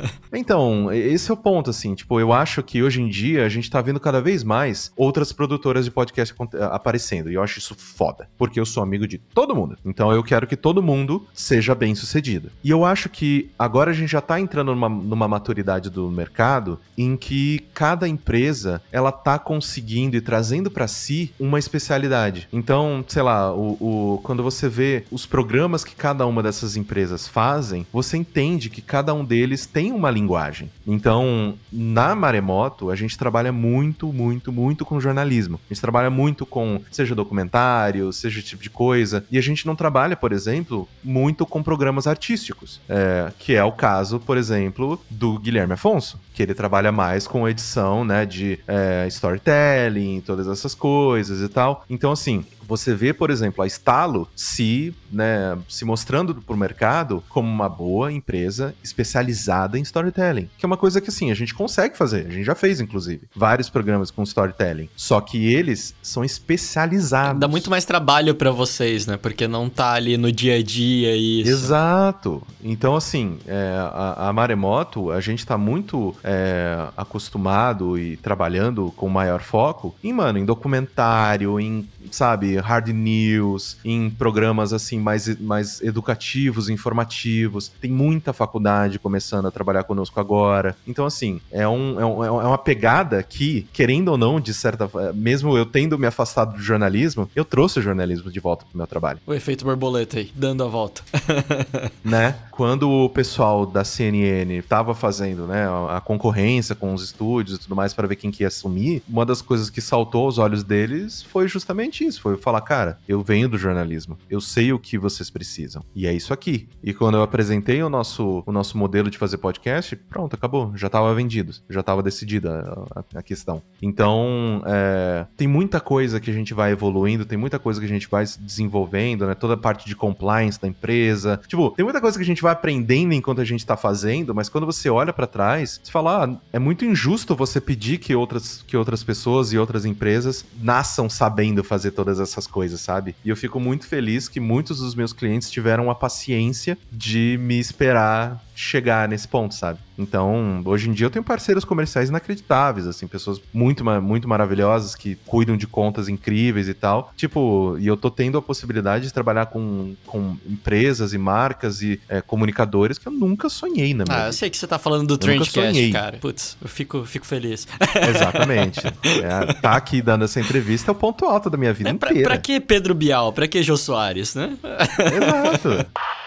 Então, esse é o ponto, assim, tipo, eu acho que hoje em dia a gente tá vendo cada vez mais outras produtoras de podcast aparecendo, e eu acho isso foda, porque eu sou amigo de todo mundo. Então eu quero que todo mundo seja bem sucedido. E eu acho que agora a gente já tá entrando numa maturidade do mercado em que cada empresa, ela tá conseguindo e trazendo pra si uma especialidade. Então, sei lá, quando você vê os programas que cada uma dessas empresas fazem, você entende que cada um deles tem uma linguagem. Então, na Maremoto, a gente trabalha muito, muito, muito com jornalismo. A gente trabalha muito com, seja documentário, seja esse tipo de coisa. E a gente não trabalha, por exemplo, muito com programas artísticos. Que é o caso, por exemplo, do Guilherme Afonso, que ele trabalha mais com edição, né, de storytelling, todas essas coisas e tal. Então, assim, você vê, por exemplo, a Estalo se mostrando pro mercado como uma boa empresa especializada em storytelling, que é uma coisa que, assim, a gente consegue fazer, a gente já fez, inclusive, vários programas com storytelling, só que eles são especializados. Dá muito mais trabalho pra vocês, né, porque não tá ali no dia a dia isso. Exato. Então, assim, a Maremoto, a gente tá muito acostumado e trabalhando com maior foco em documentário, em, sabe, hard news, em programas assim mais educativos, informativos. Tem muita faculdade começando a trabalhar conosco agora. Então, assim, é uma pegada que, querendo ou não, de certa forma, mesmo eu tendo me afastado do jornalismo, eu trouxe o jornalismo de volta pro meu trabalho. O efeito borboleta aí, dando a volta. Né? Quando o pessoal da CNN tava fazendo, né, a concorrência com os estúdios e tudo mais para ver quem que ia assumir, uma das coisas que saltou aos olhos deles foi justamente isso, foi falar, cara, eu venho do jornalismo, eu sei o que vocês precisam, e é isso aqui. E quando eu apresentei o nosso modelo de fazer podcast, pronto, acabou, já tava vendido, já tava decidida a questão. Então, tem muita coisa que a gente vai evoluindo, tem muita coisa que a gente vai desenvolvendo, né, toda a parte de compliance da empresa, tipo, tem muita coisa que a gente vai aprendendo enquanto a gente tá fazendo, mas quando você olha pra trás, você fala, é muito injusto você pedir que outras pessoas e outras empresas nasçam sabendo fazer todas essas coisas, sabe? E eu fico muito feliz que muitos dos meus clientes tiveram a paciência de me esperar chegar nesse ponto, sabe? Então, hoje em dia eu tenho parceiros comerciais inacreditáveis, assim, pessoas muito maravilhosas que cuidam de contas incríveis e tal. Tipo, e eu tô tendo a possibilidade de trabalhar com empresas e marcas e comunicadores que eu nunca sonhei na minha vida. Eu sei que você tá falando do Trendcast, cara. Putz, eu fico feliz. Exatamente. Tá aqui dando essa entrevista é o ponto alto da minha vida inteira. Pra que Pedro Bial? Pra que Jô Soares, né? Exato.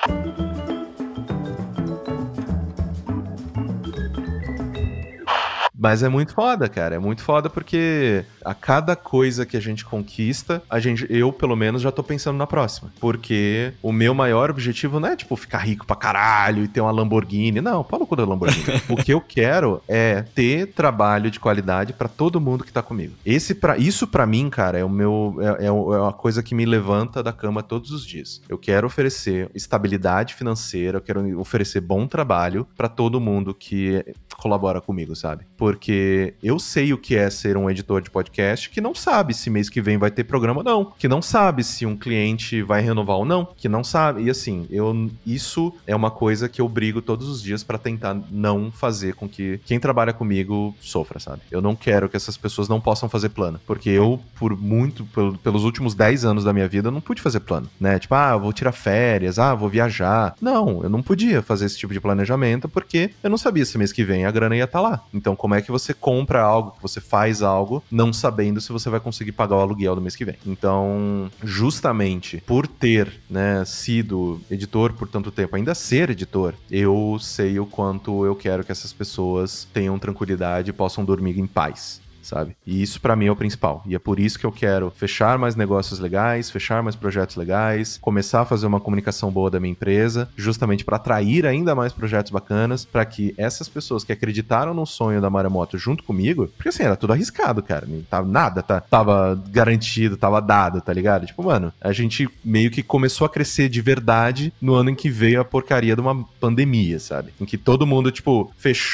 Mas é muito foda, cara. É muito foda porque a cada coisa que a gente conquista, eu, pelo menos, já tô pensando na próxima. Porque o meu maior objetivo não é, tipo, ficar rico pra caralho e ter uma Lamborghini. Não, pau no cu da Lamborghini. O que eu quero é ter trabalho de qualidade pra todo mundo que tá comigo. Isso pra mim, cara, é uma coisa que me levanta da cama todos os dias. Eu quero oferecer estabilidade financeira, eu quero oferecer bom trabalho pra todo mundo que colabora comigo, sabe? Porque eu sei o que é ser um editor de podcast que não sabe se mês que vem vai ter programa ou não, que não sabe se um cliente vai renovar ou não, que não sabe. E assim, isso é uma coisa que eu brigo todos os dias pra tentar não fazer com que quem trabalha comigo sofra, sabe? Eu não quero que essas pessoas não possam fazer plano, porque eu, pelos últimos 10 anos da minha vida, eu não pude fazer plano, né? Tipo, vou tirar férias, vou viajar. Não, eu não podia fazer esse tipo de planejamento porque eu não sabia se mês que vem a grana ia estar lá. Então, como é que você compra algo, que você faz algo, não sabendo se você vai conseguir pagar o aluguel do mês que vem? Então, justamente por ter, né, sido editor por tanto tempo, ainda ser editor, eu sei o quanto eu quero que essas pessoas tenham tranquilidade e possam dormir em paz, sabe? E isso pra mim é o principal. E é por isso que eu quero fechar mais negócios legais, fechar mais projetos legais, começar a fazer uma comunicação boa da minha empresa, justamente pra atrair ainda mais projetos bacanas, pra que essas pessoas que acreditaram no sonho da Maremoto junto comigo, porque assim, era tudo arriscado, cara. Nada tava garantido, tava dado, tá ligado? Tipo, mano, a gente meio que começou a crescer de verdade no ano em que veio a porcaria de uma pandemia, sabe? Em que todo mundo, tipo,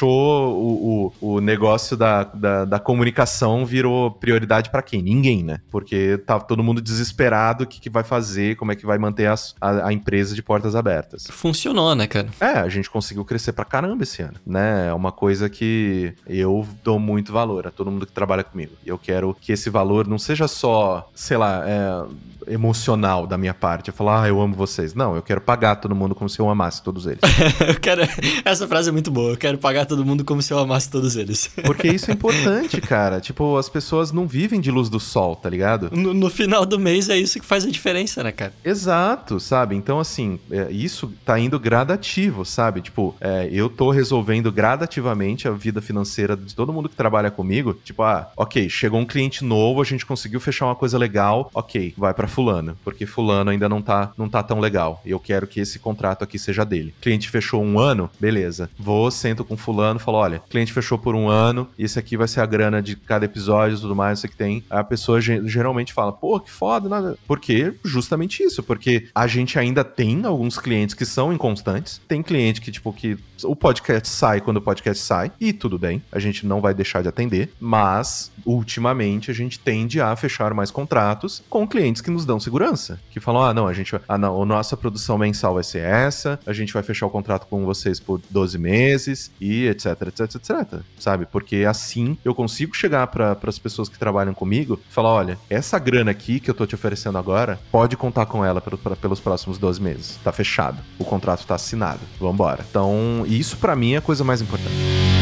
fechou o negócio da comunicação virou prioridade pra quem? Ninguém, né? Porque tá todo mundo desesperado, o que vai fazer, como é que vai manter a empresa de portas abertas. Funcionou, né, cara? A gente conseguiu crescer pra caramba esse ano, né? É uma coisa que eu dou muito valor a todo mundo que trabalha comigo. E eu quero que esse valor não seja só, sei lá, emocional da minha parte. Eu falar, eu amo vocês. Não, eu quero pagar todo mundo como se eu amasse todos eles. Essa frase é muito boa. Eu quero pagar todo mundo como se eu amasse todos eles. Porque isso é importante, cara. Tipo, as pessoas não vivem de luz do sol, tá ligado? No final do mês é isso que faz a diferença, né, cara? Exato, sabe? Então, assim, isso tá indo gradativo, sabe? Tipo, eu tô resolvendo gradativamente a vida financeira de todo mundo que trabalha comigo. Tipo, ok, chegou um cliente novo, a gente conseguiu fechar uma coisa legal, ok, vai pra fulano, porque fulano ainda não tá tão legal. E eu quero que esse contrato aqui seja dele. Cliente fechou 1 ano, beleza. Sento com fulano, falo, olha, cliente fechou por 1 ano, e esse aqui vai ser a grana de cada episódio e tudo mais, isso que tem. Aí a pessoa geralmente fala, pô, que foda, nada. Porque justamente isso, porque a gente ainda tem alguns clientes que são inconstantes, tem cliente que, tipo, que o podcast sai quando o podcast sai, e tudo bem, a gente não vai deixar de atender, mas ultimamente a gente tende a fechar mais contratos com clientes que nos dão segurança, que falam, não, a nossa produção mensal vai ser essa, a gente vai fechar o contrato com vocês por 12 meses, e etc, etc, etc, sabe? Porque assim eu consigo chegar para as pessoas que trabalham comigo e falar, olha, essa grana aqui que eu tô te oferecendo agora, pode contar com ela pelos próximos 12 meses. Tá fechado. O contrato tá assinado. Vambora. Então, isso pra mim é a coisa mais importante.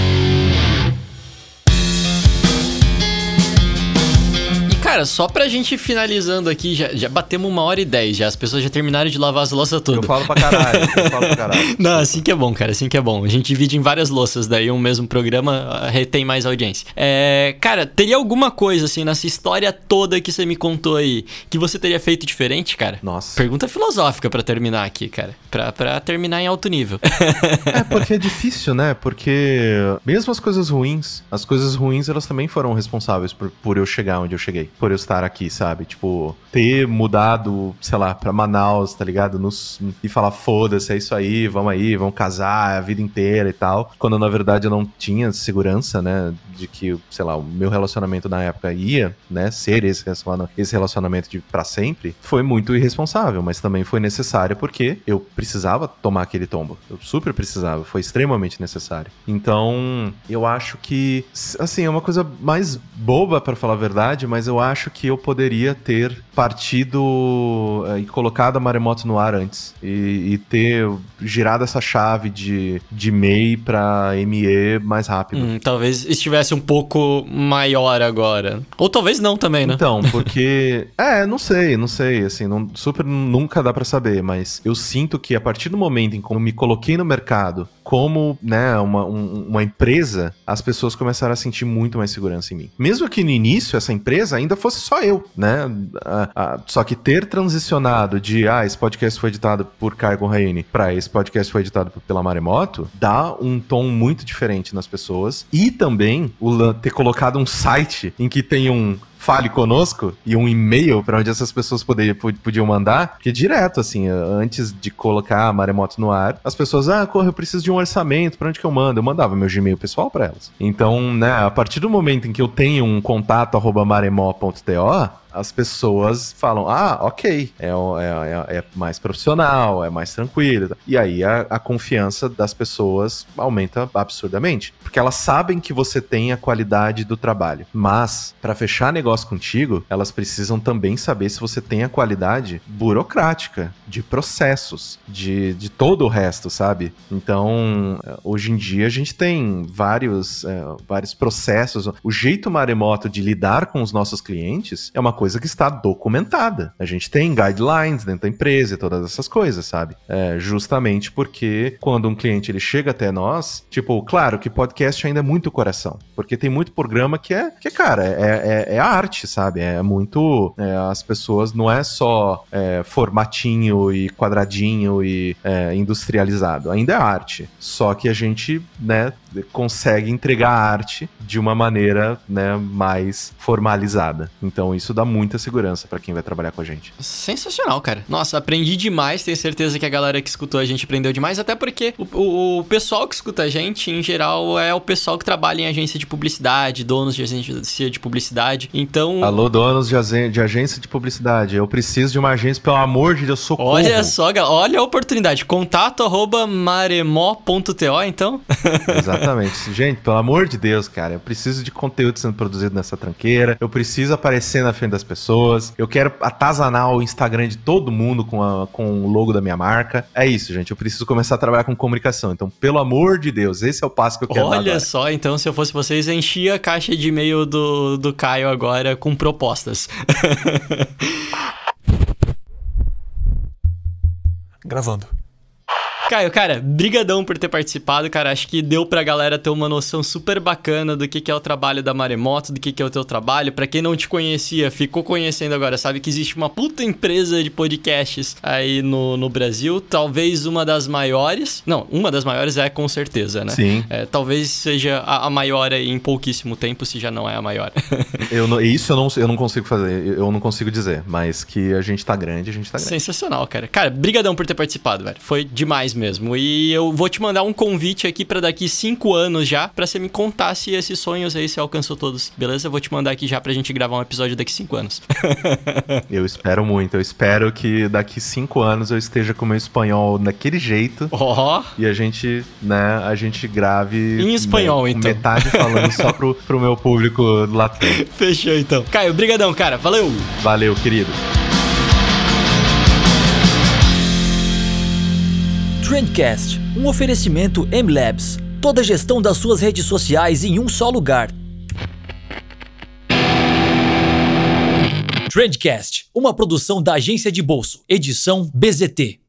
Cara, só pra gente finalizando aqui, já batemos 1h10 já. As pessoas já terminaram de lavar as louças todas. Eu falo pra caralho. Não, assim que é bom, cara, assim que é bom. A gente divide em várias louças, daí um mesmo programa retém mais audiência. Cara, teria alguma coisa, assim, nessa história toda que você me contou aí, que você teria feito diferente, cara? Nossa. Pergunta filosófica pra terminar aqui, cara. Pra terminar em alto nível. Porque é difícil, né? Porque mesmo as coisas ruins elas também foram responsáveis por eu chegar onde eu cheguei. por eu estar aqui, sabe? Tipo, ter mudado, sei lá, pra Manaus, tá ligado? E falar, foda-se, é isso aí, vamos casar a vida inteira e tal. Quando, na verdade, eu não tinha segurança, né? De que, sei lá, o meu relacionamento na época ia, né? Ser esse relacionamento de pra sempre. Foi muito irresponsável, mas também foi necessário porque eu precisava tomar aquele tombo. Eu super precisava, foi extremamente necessário. Então, eu acho que, assim, é uma coisa mais boba, pra falar a verdade, mas eu acho que eu poderia ter partido e colocado a Maremoto no ar antes. E ter girado essa chave de MEI pra ME mais rápido. Talvez estivesse um pouco maior agora. Ou talvez não também, né? Então, porque... não sei, assim, super nunca dá pra saber, mas eu sinto que a partir do momento em que eu me coloquei no mercado como, né, uma empresa, as pessoas começaram a sentir muito mais segurança em mim. Mesmo que no início essa empresa ainda fosse só eu, né? Só que ter transicionado de, esse podcast foi editado por Caio Corraine pra esse podcast foi editado pela Maremoto, dá um tom muito diferente nas pessoas. E também ter colocado um site em que tem Fale Conosco e um e-mail para onde essas pessoas podiam mandar, porque direto, assim, antes de colocar a Maremoto no ar, as pessoas, eu preciso de um orçamento, para onde que eu mando? Eu mandava meu Gmail pessoal para elas. Então, né, a partir do momento em que eu tenho um contato @maremó.to, as pessoas falam, ok, é mais profissional, é mais tranquilo. E aí a confiança das pessoas aumenta absurdamente. Porque elas sabem que você tem a qualidade do trabalho. Mas, para fechar negócio contigo, elas precisam também saber se você tem a qualidade burocrática, de processos, de todo o resto, sabe? Então, hoje em dia a gente tem vários processos. O jeito Maremoto de lidar com os nossos clientes é uma coisa que está documentada. A gente tem guidelines dentro da empresa e todas essas coisas, sabe? Justamente porque quando um cliente ele chega até nós, tipo, claro que podcast ainda é muito coração, porque tem muito programa que cara, é arte, sabe? É muito... as pessoas não é só formatinho e quadradinho e industrializado, ainda é arte. Só que a gente, né, consegue entregar a arte de uma maneira, né, mais formalizada. Então isso dá muita segurança pra quem vai trabalhar com a gente. Sensacional, cara. Nossa, aprendi demais. Tenho certeza que a galera que escutou a gente aprendeu demais, até porque o pessoal que escuta a gente, em geral, é o pessoal que trabalha em agência de publicidade, donos de agência de publicidade. Então... Alô, donos de agência de publicidade. Eu preciso de uma agência, pelo amor de Deus, socorro. Olha só, olha a oportunidade. Contato @maremó.to, então. Exatamente. Gente, pelo amor de Deus, cara, eu preciso de conteúdo sendo produzido nessa tranqueira, eu preciso aparecer na frente das pessoas, eu quero atazanar o Instagram de todo mundo com o logo da minha marca. É isso, gente, eu preciso começar a trabalhar com comunicação. Então, pelo amor de Deus, esse é o passo que eu quero dar agora. Olha só, então, se eu fosse vocês, enchia a caixa de e-mail do Caio agora com propostas. Gravando. Caio, cara, brigadão por ter participado, cara. Acho que deu pra galera ter uma noção super bacana do que é o trabalho da Maremoto, do que é o teu trabalho. Pra quem não te conhecia, ficou conhecendo agora, sabe que existe uma puta empresa de podcasts aí no Brasil. Talvez uma das maiores. Não, uma das maiores com certeza, né? Sim. Talvez seja a maior aí em pouquíssimo tempo, se já não é a maior. Eu não consigo fazer, eu não consigo dizer, mas que a gente tá grande, Sensacional, cara. Cara, brigadão por ter participado, velho. Foi demais mesmo. E eu vou te mandar um convite aqui pra daqui 5 anos já, pra você me contar se esses sonhos aí você alcançou todos. Beleza? Eu vou te mandar aqui já pra gente gravar um episódio daqui 5 anos. Eu espero muito. Eu espero que daqui 5 anos eu esteja com o meu espanhol daquele jeito. E a gente grave... Em espanhol, né, então. Metade falando só pro meu público latino. Fechou, então. Caio, brigadão, cara. Valeu! Valeu, querido. Trendcast, um oferecimento M-Labs. Toda a gestão das suas redes sociais em um só lugar. Trendcast, uma produção da Agência de Bolso, edição BZT.